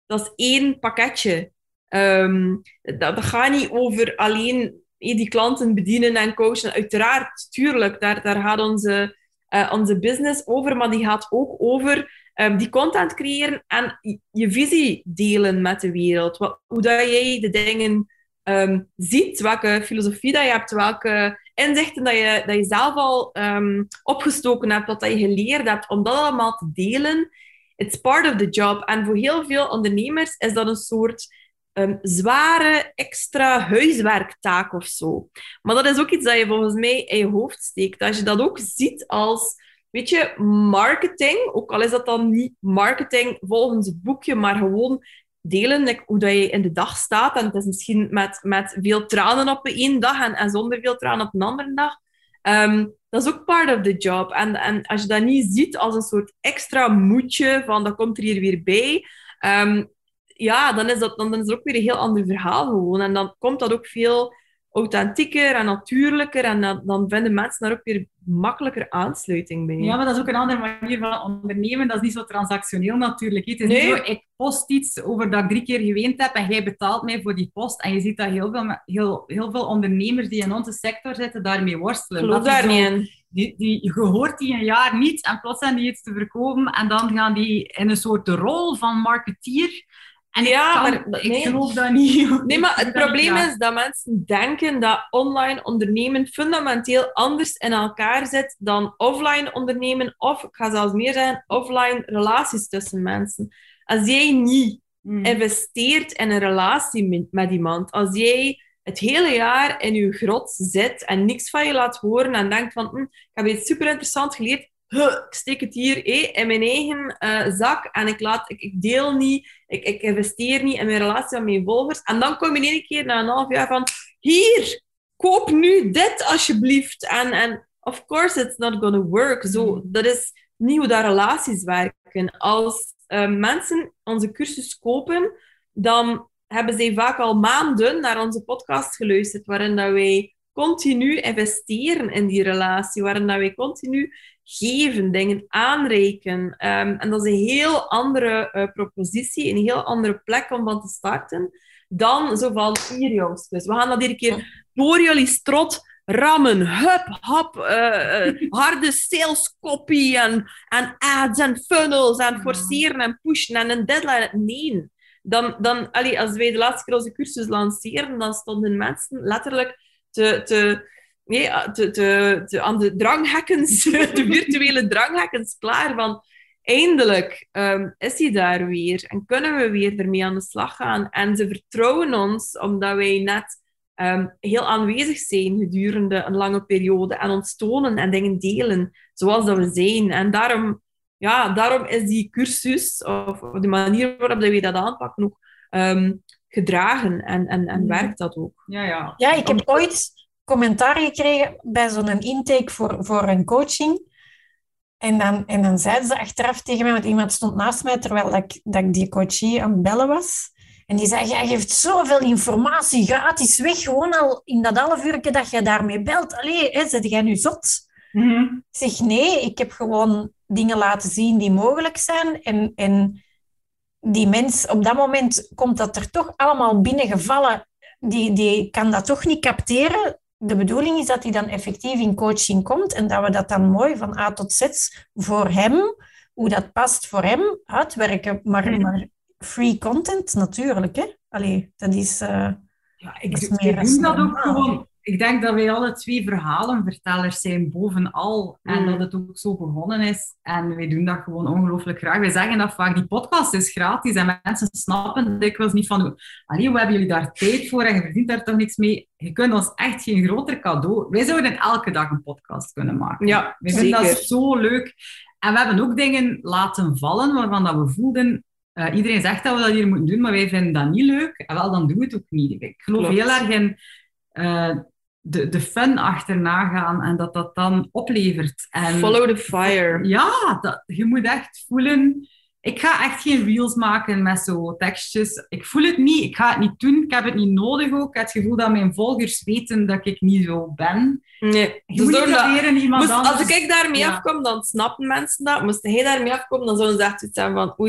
[SPEAKER 4] dat is één pakketje. Um, dat, dat gaat niet over alleen die klanten bedienen en coachen. Uiteraard, tuurlijk, daar, daar gaat onze, uh, onze business over, maar die gaat ook over um, die content creëren en je visie delen met de wereld. Wat, hoe dat jij de dingen um, ziet, welke filosofie dat je hebt, welke inzichten dat je, dat je zelf al um, opgestoken hebt, wat dat je geleerd hebt, om dat allemaal te delen. It's part of the job. En voor heel veel ondernemers is dat een soort Um, zware extra huiswerktaak of zo. Maar dat is ook iets dat je volgens mij in je hoofd steekt. Als je dat ook ziet als, weet je, marketing, ook al is dat dan niet marketing volgens het boekje, maar gewoon delen, like, hoe dat je in de dag staat. En het is misschien met, met veel tranen op één dag en, en zonder veel tranen op een andere dag. Um, dat is ook part of the job. En, en als je dat niet ziet als een soort extra moedje van, dat komt er hier weer bij... Um, ja, dan is, dat, dan is het ook weer een heel ander verhaal gewoon. En dan komt dat ook veel authentieker en natuurlijker. En dan, dan vinden mensen daar ook weer makkelijker aansluiting bij.
[SPEAKER 3] Ja, maar dat is ook een andere manier van ondernemen. Dat is niet zo transactioneel natuurlijk. Het is
[SPEAKER 4] nee.
[SPEAKER 3] niet zo, ik post iets over dat ik drie keer geweend heb en jij betaalt mij voor die post. En je ziet dat heel veel, heel, heel veel ondernemers die in onze sector zitten, daarmee worstelen.
[SPEAKER 4] Geloof
[SPEAKER 3] dat
[SPEAKER 4] daar
[SPEAKER 3] zo,
[SPEAKER 4] niet in.
[SPEAKER 3] Die, die, je hoort die een jaar niet en plots zijn die iets te verkopen. En dan gaan die in een soort rol van marketeer... En
[SPEAKER 4] ja,
[SPEAKER 3] kan,
[SPEAKER 4] maar
[SPEAKER 3] ik
[SPEAKER 4] nee.
[SPEAKER 3] geloof dat niet.
[SPEAKER 4] Nee, maar het probleem
[SPEAKER 3] niet, ja.
[SPEAKER 4] is dat mensen denken dat online ondernemen fundamenteel anders in elkaar zit dan offline ondernemen. Of, ik ga zelfs meer zeggen, offline relaties tussen mensen. Als jij niet mm. investeert in een relatie met, met iemand, als jij het hele jaar in je grot zit en niks van je laat horen en denkt van, hm, ik heb iets super interessant geleerd, Huh, ik steek het hier hey, in mijn eigen uh, zak en ik, laat, ik, ik deel niet, ik, ik investeer niet in mijn relatie met mijn volgers. En dan kom je in één keer na een half jaar van, hier, koop nu dit alsjeblieft. En, en of course it's not gonna work. Zo, dat is niet hoe dat relaties werken. Als uh, mensen onze cursus kopen, dan hebben zij vaak al maanden naar onze podcast geluisterd, waarin dat wij continu investeren in die relatie, waarin dat wij continu geven, dingen aanreiken. Um, en dat is een heel andere uh, propositie, een heel andere plek om van te starten, dan zo van, hier jongens, dus we gaan dat iedere keer door jullie strot rammen, hup, hap, uh, uh, harde sales copy en, en ads en funnels en forceren en pushen en een deadline. Nee. Dan, dan, allee, als wij de laatste keer onze cursus lanceren, dan stonden mensen letterlijk te... te Nee, te, te, te, aan de dranghekkens, de virtuele dranghekkens klaar van eindelijk um, is hij daar weer en kunnen we weer ermee aan de slag gaan. En ze vertrouwen ons omdat wij net um, heel aanwezig zijn gedurende een lange periode en ons tonen en dingen delen zoals dat we zijn. En daarom, ja, daarom is die cursus, of de manier waarop wij dat aanpakken, ook um, gedragen en, en, en werkt dat ook.
[SPEAKER 3] Ja, ja.
[SPEAKER 2] Ja, ik heb ooit commentaar gekregen bij zo'n intake voor, voor een coaching. En dan, en dan zeiden ze achteraf tegen mij, want iemand stond naast mij terwijl dat ik, dat ik die coachie aan het bellen was. En die zei, jij geeft zoveel informatie gratis weg, gewoon al in dat half uurtje dat je daarmee belt. Allee, hè, zet jij nu zot?
[SPEAKER 3] Mm-hmm.
[SPEAKER 2] Ik zeg, nee, ik heb gewoon dingen laten zien die mogelijk zijn. En, en die mens, op dat moment komt dat er toch allemaal binnengevallen. Die, die kan dat toch niet capteren. De bedoeling is dat hij dan effectief in coaching komt en dat we dat dan mooi van A tot Z voor hem, hoe dat past voor hem, uitwerken. Maar, mm. maar free content natuurlijk, hè? Allee, dat is... Uh,
[SPEAKER 3] ja, ik, ik, ik doe dat ook gewoon... Ik denk dat wij alle twee verhalenvertellers zijn bovenal en mm. dat het ook zo begonnen is. En wij doen dat gewoon ongelooflijk graag. Wij zeggen dat vaak, die podcast is gratis en mensen snappen dikwijls niet van, allee, hoe hebben jullie daar tijd voor en je verdient daar toch niks mee? Je kunt ons echt geen groter cadeau... Wij zouden elke dag een podcast kunnen maken.
[SPEAKER 4] Ja,
[SPEAKER 3] wij vinden dat zo leuk. En we hebben ook dingen laten vallen waarvan dat we voelden... Uh, iedereen zegt dat we dat hier moeten doen, maar wij vinden dat niet leuk. En wel, dan doen we het ook niet. Ik geloof Klopt. heel erg in... Uh, De, de fun achterna gaan en dat dat dan oplevert. En,
[SPEAKER 4] follow the fire.
[SPEAKER 3] Ja, dat, je moet echt voelen... Ik ga echt geen reels maken met zo tekstjes. Ik voel het niet, ik ga het niet doen, ik heb het niet nodig ook. Ik heb het gevoel dat mijn volgers weten dat ik niet zo ben.
[SPEAKER 4] Nee.
[SPEAKER 3] Je dus moet niet leren iemand
[SPEAKER 4] moest,
[SPEAKER 3] anders...
[SPEAKER 4] Als ik daarmee ja. afkom, dan snappen mensen dat. Moest hij daarmee afkomen, dan zouden ze echt iets zeggen van oei,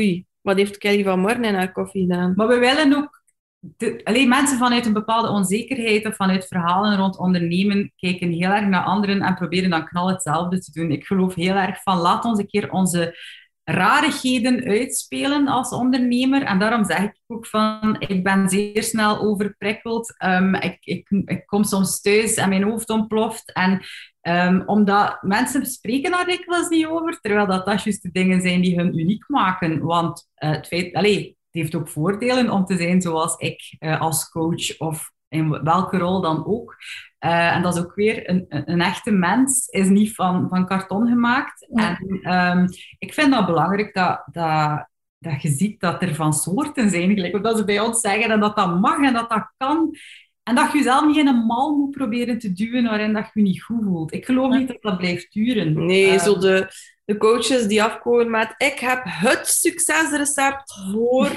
[SPEAKER 4] wat heeft Kelly vanmorgen in haar koffie gedaan?
[SPEAKER 3] Maar we willen ook... De, alleen mensen vanuit een bepaalde onzekerheid of vanuit verhalen rond ondernemen kijken heel erg naar anderen en proberen dan knal hetzelfde te doen. Ik geloof heel erg van, laat ons een keer onze rarigheden uitspelen als ondernemer. En daarom zeg ik ook van, ik ben zeer snel overprikkeld. Um, ik, ik, ik kom soms thuis en mijn hoofd ontploft. En um, omdat mensen spreken daar dikwijls niet over, terwijl dat, dat juist de dingen zijn die hun uniek maken. Want uh, het feit... Allez, het heeft ook voordelen om te zijn zoals ik uh, als coach of in welke rol dan ook. Uh, en dat is ook weer, een, een echte mens is niet van, van karton gemaakt. Ja. En um, ik vind dat belangrijk dat, dat, dat je ziet dat er van soorten zijn, gelijk dat ze bij ons zeggen, en dat dat mag en dat dat kan. En dat je jezelf niet in een mal moet proberen te duwen waarin dat je je niet goed voelt. Ik geloof niet dat dat blijft duren.
[SPEAKER 4] Nee, uh, zo de... De coaches die afkomen met, ik heb het succesrecept voor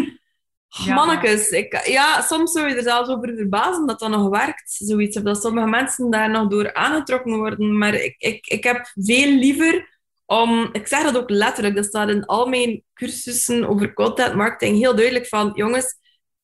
[SPEAKER 4] ja, mannekes. Ik, ja, soms zou je er zelfs over verbazen dat dat nog werkt. Zoiets, of dat sommige mensen daar nog door aangetrokken worden. Maar ik, ik, ik heb veel liever om... Ik zeg dat ook letterlijk, dat staat in al mijn cursussen over content marketing heel duidelijk van, jongens,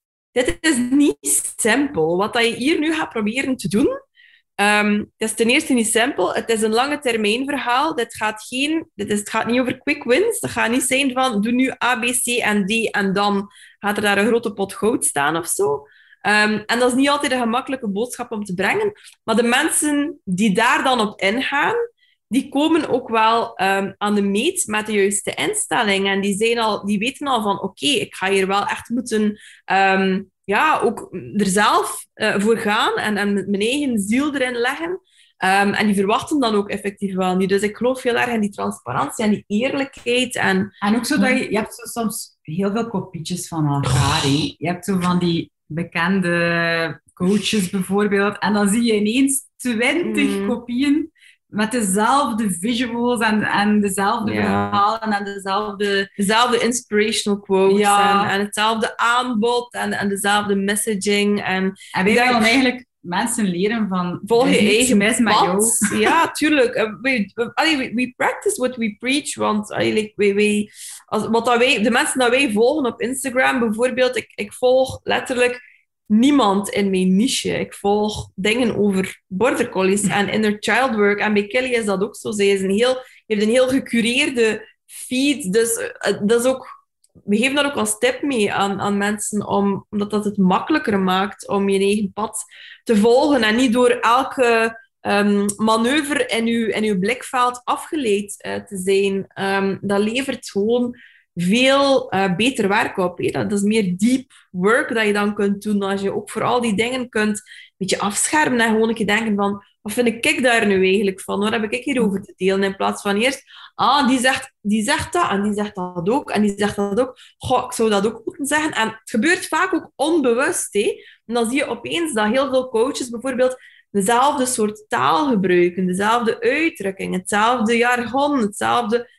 [SPEAKER 4] dit is niet simpel. Wat dat je hier nu gaat proberen te doen, Um, het is ten eerste niet simpel. Het is een lange termijn verhaal. Dit gaat, geen, dit is, het gaat niet over quick wins. Het gaat niet zijn van, doe nu A, B, C en D en dan gaat er daar een grote pot goud staan of zo. Um, en dat is niet altijd een gemakkelijke boodschap om te brengen. Maar de mensen die daar dan op ingaan, die komen ook wel um, aan de meet met de juiste instelling. En die, zijn al, die weten al van, oké, okay, ik ga hier wel echt moeten... Um, ja, ook er zelf uh, voor gaan en, en mijn eigen ziel erin leggen. Um, en die verwachten dan ook effectief wel niet. Dus ik geloof heel erg in die transparantie en die eerlijkheid. En,
[SPEAKER 3] en ook zo dat je... Je hebt zo soms heel veel kopietjes van elkaar. He. Je hebt zo van die bekende coaches bijvoorbeeld. En dan zie je ineens twintig mm. kopieën met dezelfde visuals en, en dezelfde ja. verhalen en dezelfde...
[SPEAKER 4] Dezelfde inspirational quotes ja. en, en hetzelfde aanbod en, en dezelfde messaging. En,
[SPEAKER 3] en wij willen eigenlijk mensen leren van...
[SPEAKER 4] Volg je eigen mis met jou. Ja, tuurlijk. We, we, we practice what we preach, want we, we, als, wat dat wij, de mensen die wij volgen op Instagram bijvoorbeeld, ik, ik volg letterlijk... niemand in mijn niche. Ik volg dingen over border collies en inner child work. En bij Kelly is dat ook zo. Zij is een heel, heeft een heel gecureerde feed. Dus uh, dat is ook... We geven dat ook als tip mee aan, aan mensen, om, omdat dat het makkelijker maakt om je eigen pad te volgen en niet door elke um, manoeuvre in je, in uw blikveld afgeleid uh, te zijn. Um, dat levert gewoon veel uh, beter werk op. Hè? Dat is meer deep work dat je dan kunt doen, als je ook voor al die dingen kunt een beetje afschermen en gewoon een keer denken van, wat vind ik daar nu eigenlijk van? Wat heb ik hier over te delen? In plaats van eerst, ah, die zegt, die zegt dat en die zegt dat ook en die zegt dat ook. Goh, ik zou dat ook moeten zeggen. En het gebeurt vaak ook onbewust. Hè? En dan zie je opeens dat heel veel coaches bijvoorbeeld dezelfde soort taal gebruiken, dezelfde uitdrukking, hetzelfde jargon, hetzelfde...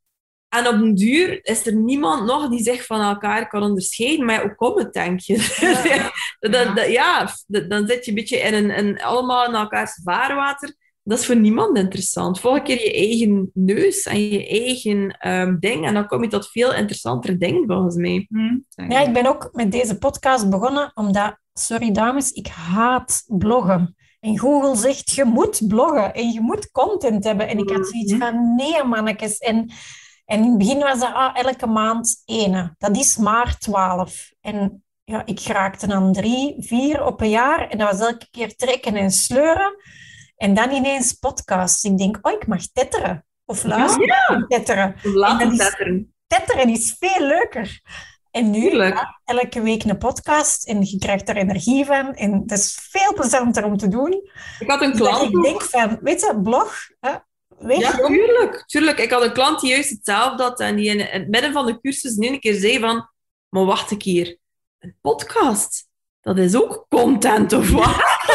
[SPEAKER 4] En op een duur is er niemand nog die zich van elkaar kan onderscheiden. Maar hoe komt het, denk je? Ja, dat, dat, ja dan zit je een beetje in, een, in allemaal in elkaars vaarwater. Dat is voor niemand interessant. Volg een keer je eigen neus en je eigen um, ding. En dan kom je tot veel interessantere dingen, volgens mij.
[SPEAKER 2] Hmm. Ja, ik ben ook met deze podcast begonnen, omdat... Sorry, dames, ik haat bloggen. En Google zegt, je moet bloggen en je moet content hebben. En ik had zoiets van, nee, mannetjes. En... En in het begin was dat ah, elke maand één. Dat is maar twaalf. En ja, ik raakte dan drie, vier op een jaar. En dat was elke keer trekken en sleuren. En dan ineens podcasts. Ik denk, oh, ik mag tetteren. Of luisteren ja, ja. tetteren.
[SPEAKER 4] Laten tetteren.
[SPEAKER 2] Tetteren is veel leuker. En nu, ja, elke week een podcast. En je krijgt er energie van. En dat is veel plezanter om te doen.
[SPEAKER 4] Ik had een klant.
[SPEAKER 2] Dus ik denk van, weet je, blog... Hè,
[SPEAKER 4] Ja, tuurlijk, tuurlijk. Ik had een klant die juist hetzelfde had en die in het midden van de cursus nu een keer zei van, maar wacht een keer, een podcast, dat is ook content of wat?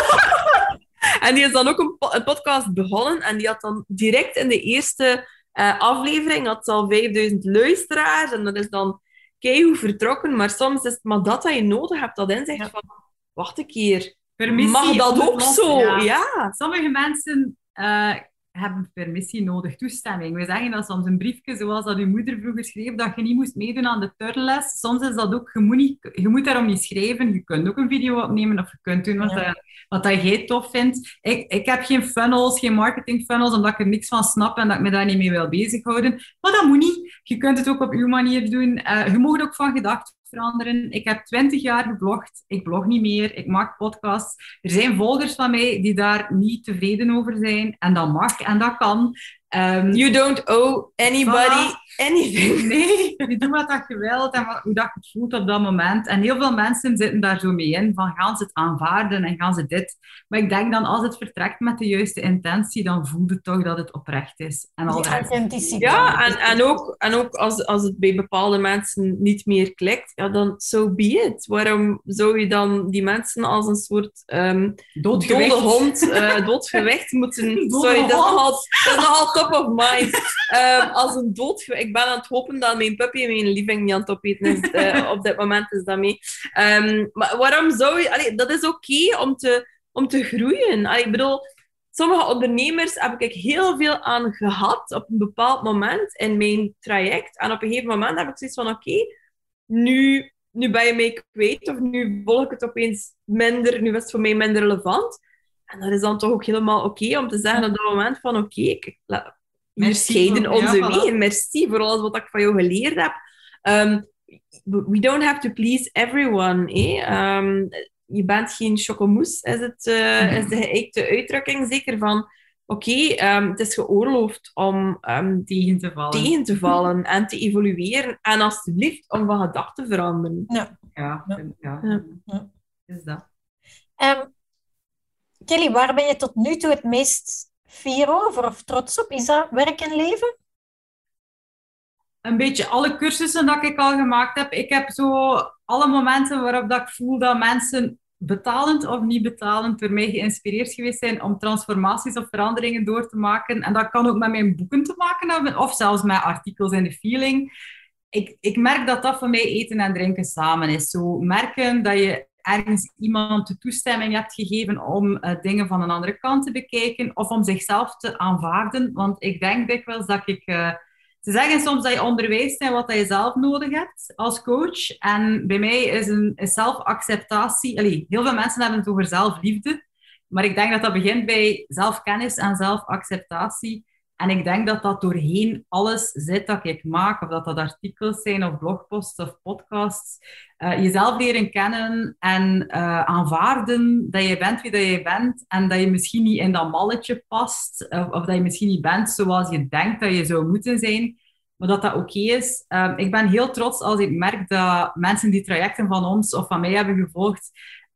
[SPEAKER 4] En die is dan ook een, po- een podcast begonnen en die had dan direct in de eerste uh, aflevering had al vijfduizend luisteraars en dat is dan keigoed vertrokken, maar soms is het maar dat dat je nodig hebt, dat inzicht ja. van, wacht een keer,
[SPEAKER 3] Permissie
[SPEAKER 4] mag dat ook zo?
[SPEAKER 3] Ja.
[SPEAKER 4] ja.
[SPEAKER 3] Sommige mensen... Uh, hebben permissie nodig, toestemming. We zeggen dat soms een briefje, zoals dat uw moeder vroeger schreef, dat je niet moest meedoen aan de turnles. Soms is dat ook, je moet, niet, je moet daarom niet schrijven. Je kunt ook een video opnemen of je kunt doen wat, ja. dat, wat dat jij tof vindt. Ik, ik heb geen funnels, geen marketing funnels, omdat ik er niks van snap en dat ik me daar niet mee wil bezighouden. Maar dat moet niet. Je kunt het ook op uw manier doen. Uh, je mag ook van gedachten veranderen. Ik heb twintig jaar geblogd. Ik blog niet meer. Ik maak podcasts. Er zijn volgers van mij die daar niet tevreden over zijn. En dat mag en dat kan. Um,
[SPEAKER 4] you don't owe anybody
[SPEAKER 3] voilà.
[SPEAKER 4] anything.
[SPEAKER 3] Nee, je doet wat dat je wilt en wat, hoe dat je het voelt op dat moment. En heel veel mensen zitten daar zo mee in. Van gaan ze het aanvaarden en gaan ze dit. Maar ik denk dan als het vertrekt met de juiste intentie, dan voelt het toch dat het oprecht is. En al
[SPEAKER 2] Die authenticiteit.
[SPEAKER 4] Ja, en, en ook, en ook als, als het bij bepaalde mensen niet meer klikt, ja, dan so be it. Waarom zou je dan die mensen als een soort um, dode hond, uh, doodgewicht moeten... Sorry, dat is nogal, dat is nogal top of mind. Um, als een doodgewicht... Ik ben aan het hopen dat mijn puppy en mijn lieving niet aan het opeten is. Uh, op dit moment is dat mee. Um, maar waarom zou je... Allee, dat is oké okay om, te, om te groeien. Allee, ik bedoel... Sommige ondernemers heb ik heel veel aan gehad op een bepaald moment in mijn traject. En op een gegeven moment heb ik zoiets van, oké, okay, nu, nu ben je mij kwijt of nu volg ik het opeens minder, nu is het voor mij minder relevant. En dat is dan toch ook helemaal oké okay om te zeggen op dat moment van, oké, okay, we scheiden onze
[SPEAKER 3] ja,
[SPEAKER 4] wegen.
[SPEAKER 3] Voilà.
[SPEAKER 4] Merci voor alles wat ik van jou geleerd heb. Um, we don't have to please everyone, eh? Um, je bent geen chocomousse, is, het, uh, is de geëikte uitdrukking zeker van oké, okay, um, het is geoorloofd om um,
[SPEAKER 3] tegen, te vallen.
[SPEAKER 4] tegen te vallen en te evolueren en alsjeblieft om van gedachten te veranderen.
[SPEAKER 3] Ja, ja, ja. ja.
[SPEAKER 4] ja.
[SPEAKER 3] ja. Is dat.
[SPEAKER 2] Um, Kelly, waar ben je tot nu toe het meest fier over of trots op? Is dat werk en leven?
[SPEAKER 3] Een beetje alle cursussen dat ik al gemaakt heb. Ik heb zo alle momenten waarop dat ik voel dat mensen betalend of niet betalend door mij geïnspireerd geweest zijn om transformaties of veranderingen door te maken. En dat kan ook met mijn boeken te maken hebben, of zelfs met artikels in de feeling. Ik, ik merk dat dat voor mij eten en drinken samen is. Zo merken dat je ergens iemand de toestemming hebt gegeven om uh, dingen van een andere kant te bekijken of om zichzelf te aanvaarden. Want ik denk dikwijls dat ik... Uh, Ze zeggen soms dat je onderwijst in wat je zelf nodig hebt als coach. En bij mij is, een, is zelfacceptatie... Allee, heel veel mensen hebben het over zelfliefde. Maar ik denk dat dat begint bij zelfkennis en zelfacceptatie. En ik denk dat dat doorheen alles zit dat ik maak. Of dat dat artikels zijn, of blogposts, of podcasts. Uh, jezelf leren kennen en uh, aanvaarden dat je bent wie dat je bent. En dat je misschien niet in dat malletje past. Of, of dat je misschien niet bent zoals je denkt dat je zou moeten zijn. Maar dat dat oké okay is. Uh, ik ben heel trots als ik merk dat mensen die trajecten van ons of van mij hebben gevolgd...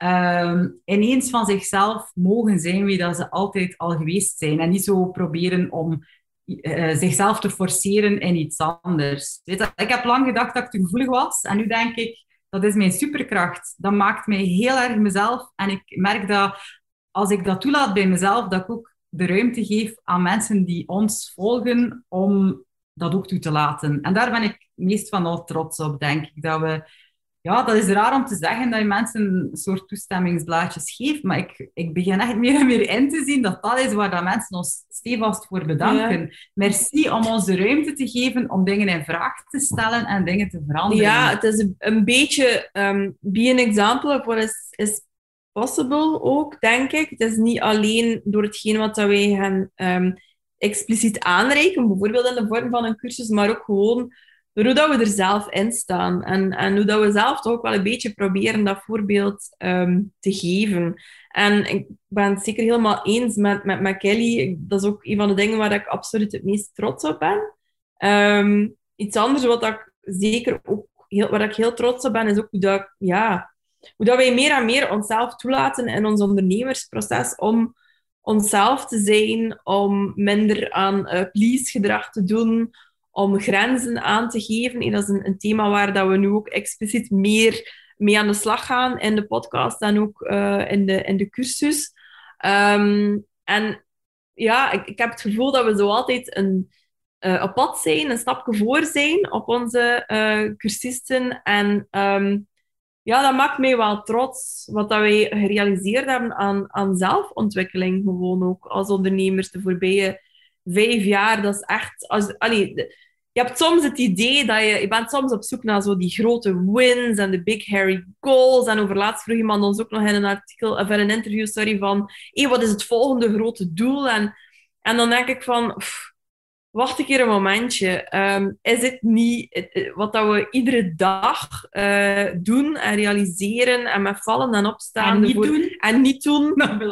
[SPEAKER 3] Uh, ineens van zichzelf mogen zijn wie dat ze altijd al geweest zijn. En niet zo proberen om uh, zichzelf te forceren in iets anders. Weet je, ik heb lang gedacht dat ik te gevoelig was. En nu denk ik, dat is mijn superkracht. Dat maakt mij heel erg mezelf. En ik merk dat als ik dat toelaat bij mezelf, dat ik ook de ruimte geef aan mensen die ons volgen om dat ook toe te laten. En daar ben ik meest van al trots op, denk ik. Dat we... Ja, dat is raar om te zeggen dat je mensen een soort toestemmingsblaadjes geeft, maar ik, ik begin echt meer en meer in te zien dat dat is waar dat mensen ons stevast voor bedanken. Ja. Merci om ons de ruimte te geven om dingen in vraag te stellen en dingen te veranderen.
[SPEAKER 4] Ja, het is een, een beetje um, be an example of what is, is possible ook, denk ik. Het is niet alleen door hetgeen wat wij gaan um, expliciet aanreiken, bijvoorbeeld in de vorm van een cursus, maar ook gewoon door hoe dat we er zelf in staan. En, en hoe dat we zelf toch ook wel een beetje proberen dat voorbeeld um, te geven. En ik ben het zeker helemaal eens met, met, met Kelly. Dat is ook een van de dingen waar ik absoluut het meest trots op ben. Um, iets anders wat ik zeker ook heel, waar ik heel trots op ben, is ook hoe dat, ja, hoe dat wij meer en meer onszelf toelaten in ons ondernemersproces om onszelf te zijn, om minder aan uh, please-gedrag te doen, om grenzen aan te geven. En dat is een, een thema waar dat we nu ook expliciet meer mee aan de slag gaan in de podcast en ook uh, in, de, in de cursus. Um, en ja, ik, ik heb het gevoel dat we zo altijd een, uh, op pad zijn, een stapje voor zijn op onze uh, cursisten. En um, ja, dat maakt mij wel trots wat dat wij gerealiseerd hebben aan, aan zelfontwikkeling, gewoon ook als ondernemers de voorbije vijf jaar, dat is echt... Als, allee, je hebt soms het idee dat je... Je bent soms op zoek naar zo die grote wins en de big hairy goals. En over laatst vroeg iemand ons ook nog in een artikel, of in een interview, sorry, van hey, wat is het volgende grote doel? En, en dan denk ik van... Pff, wacht een keer een momentje. Um, is het niet wat dat we iedere dag uh, doen en realiseren en met vallen en opstaan
[SPEAKER 3] En niet
[SPEAKER 4] ervoor,
[SPEAKER 3] doen.
[SPEAKER 4] En niet doen.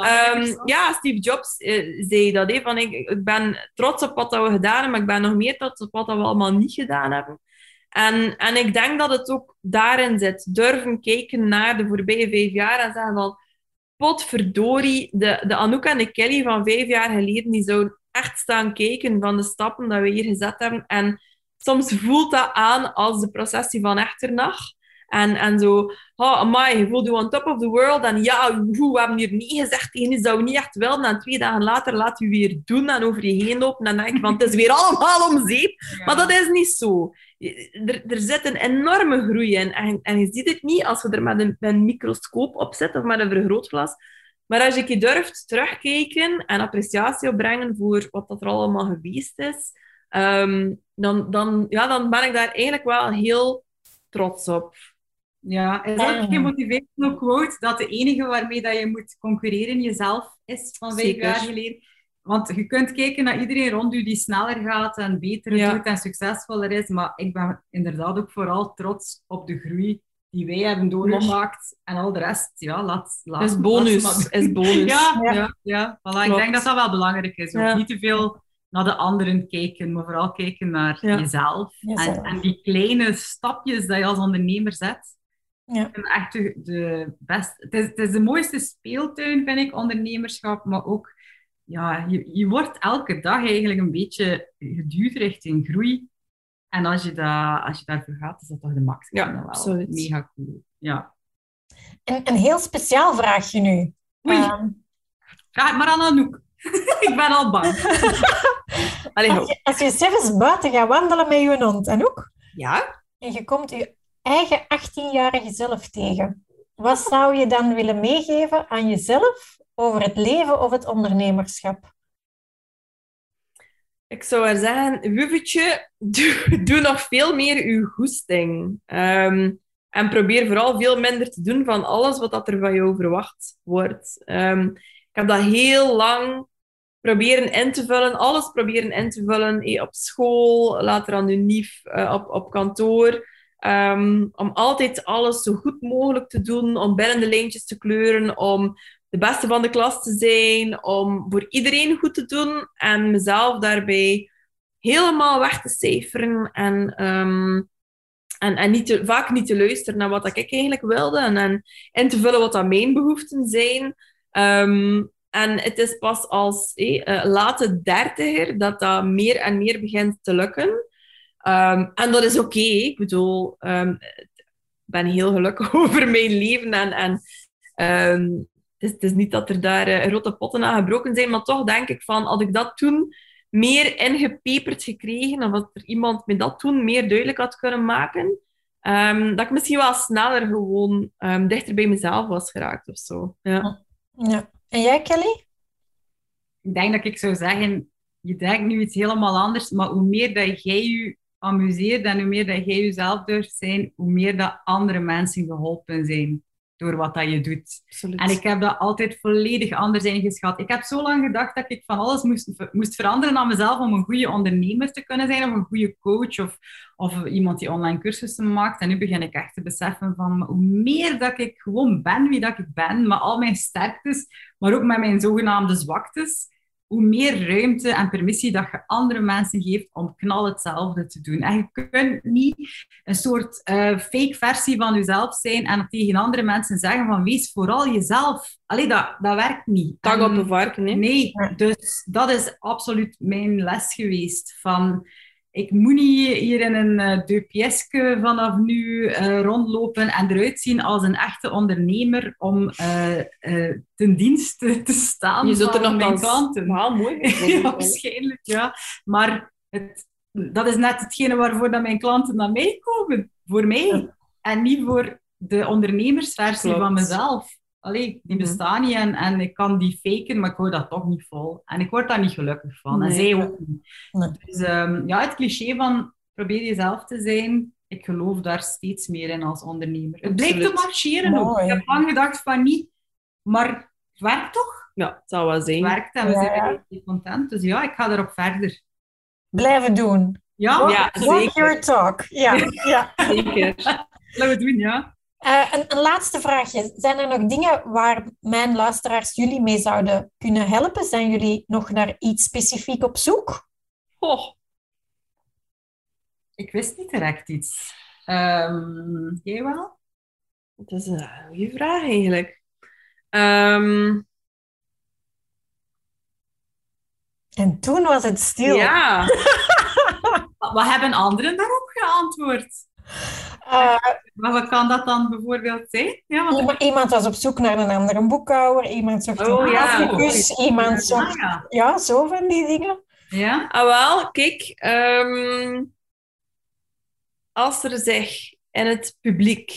[SPEAKER 3] Um,
[SPEAKER 4] ja, Steve Jobs uh, zei dat. He, van, ik, ik ben trots op wat dat we gedaan hebben, maar ik ben nog meer trots op wat dat we allemaal niet gedaan hebben. En, en ik denk dat het ook daarin zit. Durven kijken naar de voorbije vijf jaar en zeggen van potverdorie, de, de Anouk en de Kelly van vijf jaar geleden, die zouden echt staan kijken van de stappen dat we hier gezet hebben. En soms voelt dat aan als de processie van Echternach. En, en zo, oh, amai, je voelt je on top of the world. En ja, we hebben hier niet gezegd tegen iets dat we niet echt wilden. En twee dagen later laat je weer doen en over je heen lopen. En dan denk je van, het is weer allemaal om zeep. Ja. Maar dat is niet zo. Er, er zit een enorme groei in. En, en je ziet het niet als je er met een, met een microscoop op zit of met een vergrootglas. Maar als je durft terugkijken en appreciatie opbrengen voor wat dat er allemaal geweest is, um, dan, dan, ja, dan ben ik daar eigenlijk wel heel trots op.
[SPEAKER 3] Ja, is dat geen motivational quote dat de enige waarmee dat je moet concurreren jezelf is van vijf
[SPEAKER 4] Zeker.
[SPEAKER 3] jaar geleden? Want je kunt kijken naar iedereen rond je die sneller gaat en beter ja. doet en succesvoller is, maar ik ben inderdaad ook vooral trots op de groei die wij hebben doorgemaakt. En al de rest, ja, laat... laat
[SPEAKER 4] is bonus.
[SPEAKER 3] laat
[SPEAKER 4] is bonus.
[SPEAKER 3] Ja, ja. ja, ja. Voilà, ik denk dat dat wel belangrijk is. Ook ja. niet te veel naar de anderen kijken, maar vooral kijken naar ja. jezelf. jezelf. En, en die kleine stapjes dat je als ondernemer zet. Ja. En echt de, de beste... Het is, het is de mooiste speeltuin, vind ik, ondernemerschap. Maar ook, ja, je, je wordt elke dag eigenlijk een beetje geduwd richting groei. En als je, dat, als je daarvoor gaat, is dat toch de max.
[SPEAKER 4] Ja,
[SPEAKER 3] wel
[SPEAKER 4] absoluut.
[SPEAKER 3] Mega cool. Ja.
[SPEAKER 2] Een, een heel speciaal vraagje nu.
[SPEAKER 3] Oei. Um... Vraag maar aan Anouk. Ik ben al bang.
[SPEAKER 4] Allee,
[SPEAKER 2] als, je, als je zelfs buiten gaat wandelen met je hond, Anouk,
[SPEAKER 4] ja?
[SPEAKER 2] en je komt je eigen achttienjarige zelf tegen, wat zou je dan willen meegeven aan jezelf over het leven of het ondernemerschap?
[SPEAKER 4] Ik zou haar zeggen, wuffetje, doe, doe nog veel meer uw goesting. Um, en probeer vooral veel minder te doen van alles wat dat er van jou verwacht wordt. Um, ik heb dat heel lang proberen in te vullen, alles proberen in te vullen, eh, op school, later aan de N I F, uh, op, op kantoor. Um, om altijd alles zo goed mogelijk te doen, om binnen de lijntjes te kleuren, om de beste van de klas te zijn, om voor iedereen goed te doen en mezelf daarbij helemaal weg te cijferen en, um, en, en niet te, vaak niet te luisteren naar wat ik eigenlijk wilde en, en in te vullen wat dat mijn behoeften zijn. Um, en het is pas als eh, uh, late dertiger dat dat meer en meer begint te lukken. Um, en dat is oké. Okay. Ik bedoel, um, ik ben heel gelukkig over mijn leven en... en um, Het is, het is niet dat er daar uh, grote potten aan gebroken zijn, maar toch denk ik van, had ik dat toen meer ingepeperd gekregen, of had er iemand me dat toen meer duidelijk had kunnen maken, um, dat ik misschien wel sneller gewoon um, dichter bij mezelf was geraakt of zo. Ja.
[SPEAKER 2] Ja. En jij, Kelly?
[SPEAKER 3] Ik denk dat ik zou zeggen, je denkt nu iets helemaal anders, maar hoe meer dat jij je amuseert en hoe meer dat jij jezelf durft zijn, hoe meer dat andere mensen geholpen zijn door wat dat je doet.
[SPEAKER 4] Absoluut.
[SPEAKER 3] En ik heb dat altijd volledig anders ingeschat. Ik heb zo lang gedacht dat ik van alles moest, moest veranderen aan mezelf om een goede ondernemer te kunnen zijn, of een goede coach, of, of iemand die online cursussen maakt. En nu begin ik echt te beseffen van hoe meer dat ik gewoon ben wie dat ik ben, met al mijn sterktes, maar ook met mijn zogenaamde zwaktes, hoe meer ruimte en permissie dat je andere mensen geeft om knal hetzelfde te doen. En je kunt niet een soort uh, fake versie van jezelf zijn en tegen andere mensen zeggen van wees vooral jezelf. Allee, dat, dat werkt niet.
[SPEAKER 4] Tag op een varken, hè?
[SPEAKER 3] Nee, dus dat is absoluut mijn les geweest. Van, ik moet niet hier in een uh, deux pièces vanaf nu uh, rondlopen en eruit zien als een echte ondernemer om uh, uh, ten dienste te staan.
[SPEAKER 4] Je zult er nog
[SPEAKER 3] mijn klanten.
[SPEAKER 4] Wauw, mooi.
[SPEAKER 3] Ja, waarschijnlijk, ja. Maar het, dat is net hetgene waarvoor dat mijn klanten naar mij komen. Voor mij. Ja. En niet voor de ondernemersversie Klopt. van mezelf. allee, die bestaan niet en, en ik kan die faken, maar ik hou dat toch niet vol. En ik word daar niet gelukkig van.
[SPEAKER 1] Nee.
[SPEAKER 3] En zij ook niet.
[SPEAKER 2] Nee.
[SPEAKER 3] Dus um, ja, het cliché van probeer jezelf te zijn, ik geloof daar steeds meer in als ondernemer. Het blijkt te marcheren ook.
[SPEAKER 2] Mooi.
[SPEAKER 3] Ik heb lang gedacht van niet, maar het werkt toch?
[SPEAKER 4] Ja, het zou wel zijn.
[SPEAKER 3] Het werkt en we
[SPEAKER 2] Ja,
[SPEAKER 3] zijn
[SPEAKER 2] ja.
[SPEAKER 3] eigenlijk content. Dus ja, ik ga erop verder.
[SPEAKER 2] Blijven doen.
[SPEAKER 3] Ja,
[SPEAKER 4] Ja,
[SPEAKER 2] Walk
[SPEAKER 4] zeker.
[SPEAKER 2] your talk. Ja, ja.
[SPEAKER 4] Zeker.
[SPEAKER 3] laten we het doen, ja.
[SPEAKER 2] Uh, een, een laatste vraagje. Zijn er nog dingen waar mijn luisteraars jullie mee zouden kunnen helpen? Zijn jullie nog naar iets specifiek op zoek?
[SPEAKER 4] Oh,
[SPEAKER 3] Ik wist niet direct iets. Um, jij wel?
[SPEAKER 4] dat is een goede vraag eigenlijk. Ehm,
[SPEAKER 2] En toen was het stil.
[SPEAKER 4] ja.
[SPEAKER 3] Wat, wat hebben anderen daarop geantwoord?
[SPEAKER 2] Uh,
[SPEAKER 3] Maar wat kan dat dan bijvoorbeeld zijn? Ja, want...
[SPEAKER 2] iemand, iemand was op zoek naar een andere boekhouder. Iemand zocht
[SPEAKER 4] Oh,
[SPEAKER 2] een
[SPEAKER 4] ja.
[SPEAKER 2] graficus. Iemand
[SPEAKER 3] Ah,
[SPEAKER 2] zocht...
[SPEAKER 3] ja.
[SPEAKER 2] Ja, zo van die dingen.
[SPEAKER 3] Ja?
[SPEAKER 4] Ah, wel, kijk. ehm, als er zich in het publiek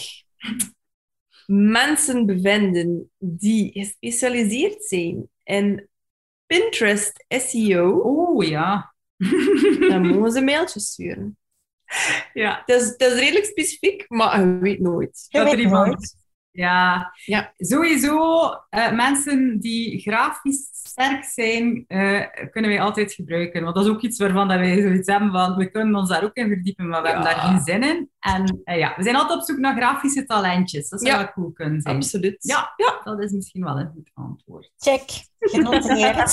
[SPEAKER 4] mensen bevinden die gespecialiseerd zijn in Pinterest S E O,
[SPEAKER 3] Oh, ja.
[SPEAKER 4] dan mogen ze een mailtje sturen.
[SPEAKER 3] ja.
[SPEAKER 4] Het is, het is redelijk specifiek, maar je weet nooit.
[SPEAKER 2] Je
[SPEAKER 3] Dat
[SPEAKER 2] weet
[SPEAKER 3] er iemand-
[SPEAKER 2] nooit.
[SPEAKER 3] Ja.
[SPEAKER 4] Ja.
[SPEAKER 3] Sowieso, eh, mensen die grafisch sterk zijn, eh, kunnen wij altijd gebruiken. Want dat is ook iets waarvan dat wij zoiets hebben van, we kunnen ons daar ook in verdiepen, maar we
[SPEAKER 4] Ja.
[SPEAKER 3] hebben daar geen zin in. En eh, ja, we zijn altijd op zoek naar grafische talentjes. Dat zou
[SPEAKER 4] Ja.
[SPEAKER 3] wel cool kunnen zijn.
[SPEAKER 4] Absoluut.
[SPEAKER 3] Ja, ja, dat is misschien wel een goed antwoord.
[SPEAKER 2] Check. Genoteerd.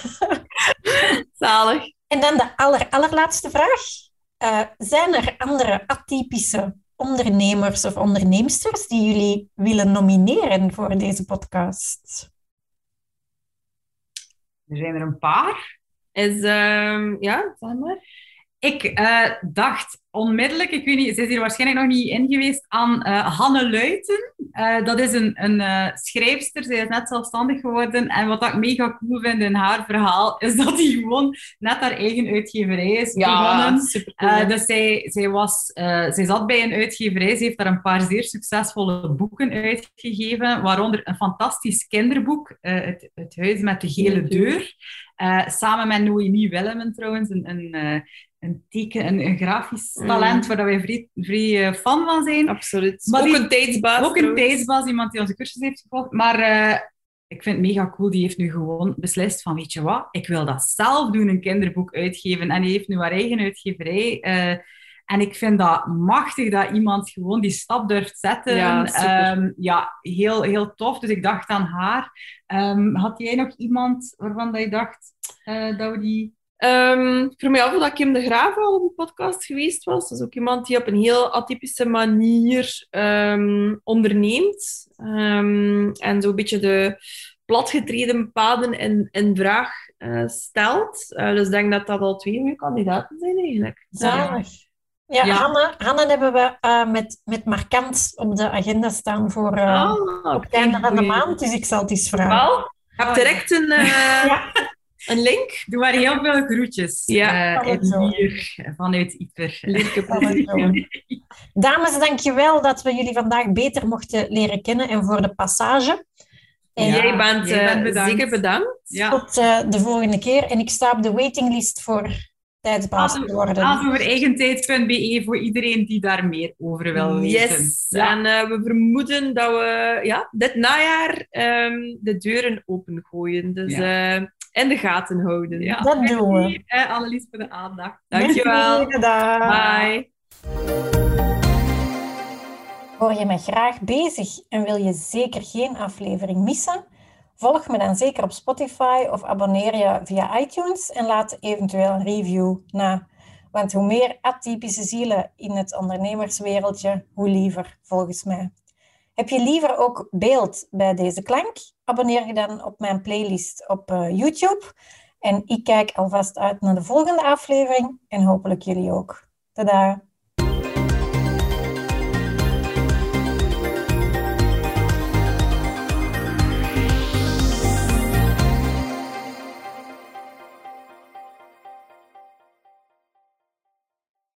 [SPEAKER 4] Zalig.
[SPEAKER 2] En dan de aller, allerlaatste vraag. Uh, zijn er andere atypische ondernemers of onderneemsters die jullie willen nomineren voor deze podcast?
[SPEAKER 3] Er zijn er een paar.
[SPEAKER 4] Is, ehm, ja, zeg maar.
[SPEAKER 3] Ik eh, dacht onmiddellijk, ik weet niet, ze is hier waarschijnlijk nog niet in geweest, aan uh, Hanne Luiten. Uh, dat is een, een uh, schrijfster, zij is net zelfstandig geworden. En wat ik mega cool vind in haar verhaal, is dat hij gewoon net haar eigen uitgeverij is begonnen.
[SPEAKER 4] Super cool.
[SPEAKER 3] Uh, dus zij, zij, was, uh, zij zat bij een uitgeverij, ze heeft daar een paar zeer succesvolle boeken uitgegeven, waaronder een fantastisch kinderboek, uh, het, het Huis met de Gele Deur. Uh, samen met Noémie Willemen trouwens, een... een uh, Een, teken, een, een grafisch talent mm. waar wij vrij, vrij uh, fan van zijn.
[SPEAKER 4] Absoluut.
[SPEAKER 3] Maar
[SPEAKER 4] ook
[SPEAKER 3] die,
[SPEAKER 4] een tijdsbaas.
[SPEAKER 3] Ook een tijdsbaas, iemand die onze cursus heeft gevolgd. Maar uh, ik vind het mega cool. Die heeft nu gewoon beslist van, weet je wat, ik wil dat zelf doen, een kinderboek uitgeven. En die heeft nu haar eigen uitgeverij. Uh, en ik vind dat machtig dat iemand gewoon die stap durft zetten.
[SPEAKER 4] Ja,
[SPEAKER 3] um, ja heel, heel tof. Dus ik dacht aan haar. Um, had jij nog iemand waarvan dat je dacht uh, dat we die...
[SPEAKER 4] Um, ik vroeg me af dat Kim de Graaf al op de podcast geweest was. Dat is ook iemand die op een heel atypische manier um, onderneemt. Um, en zo'n beetje de platgetreden paden in, in vraag uh, stelt. Uh, dus ik denk dat dat al twee goede kandidaten zijn eigenlijk.
[SPEAKER 2] Zalig. Ja,
[SPEAKER 3] Ja.
[SPEAKER 2] Hanne, Hanne hebben we uh, met, met markant op de agenda staan voor uh,
[SPEAKER 4] Ah,
[SPEAKER 2] op het einde van de maand. Dus ik zal het eens vragen.
[SPEAKER 4] Wel, ik heb direct een... Uh,
[SPEAKER 2] ja.
[SPEAKER 4] Een link?
[SPEAKER 3] Doe maar heel veel groetjes.
[SPEAKER 4] Ja,
[SPEAKER 3] uh, en hier vanuit Ieper.
[SPEAKER 2] Dames, dankjewel dat we jullie vandaag beter mochten leren kennen en voor de passage.
[SPEAKER 4] En ja, jij bent, jij bent bedankt. zeker bedankt.
[SPEAKER 2] Ja. Tot uh, de volgende keer. En ik sta op de waitinglist voor tijdsbaas te worden.
[SPEAKER 3] Aansovereigen-tijd punt b e voor iedereen die daar meer over wil weten.
[SPEAKER 4] Yes. Ja. En uh, we vermoeden dat we ja, dit najaar um, de deuren opengooien. Dus... Ja. Uh, in de gaten houden.
[SPEAKER 2] Ja. Dat doen we.
[SPEAKER 3] Uh, Annelies voor de aandacht.
[SPEAKER 4] Dankjewel. Bye.
[SPEAKER 2] Hoor je mij graag bezig en wil je zeker geen aflevering missen? Volg me dan zeker op Spotify of abonneer je via iTunes en laat eventueel een review na. Want hoe meer atypische zielen in het ondernemerswereldje, hoe liever volgens mij. Heb je liever ook beeld bij deze klank? Abonneer je dan op mijn playlist op uh, YouTube. En ik kijk alvast uit naar de volgende aflevering en hopelijk jullie ook. Tada!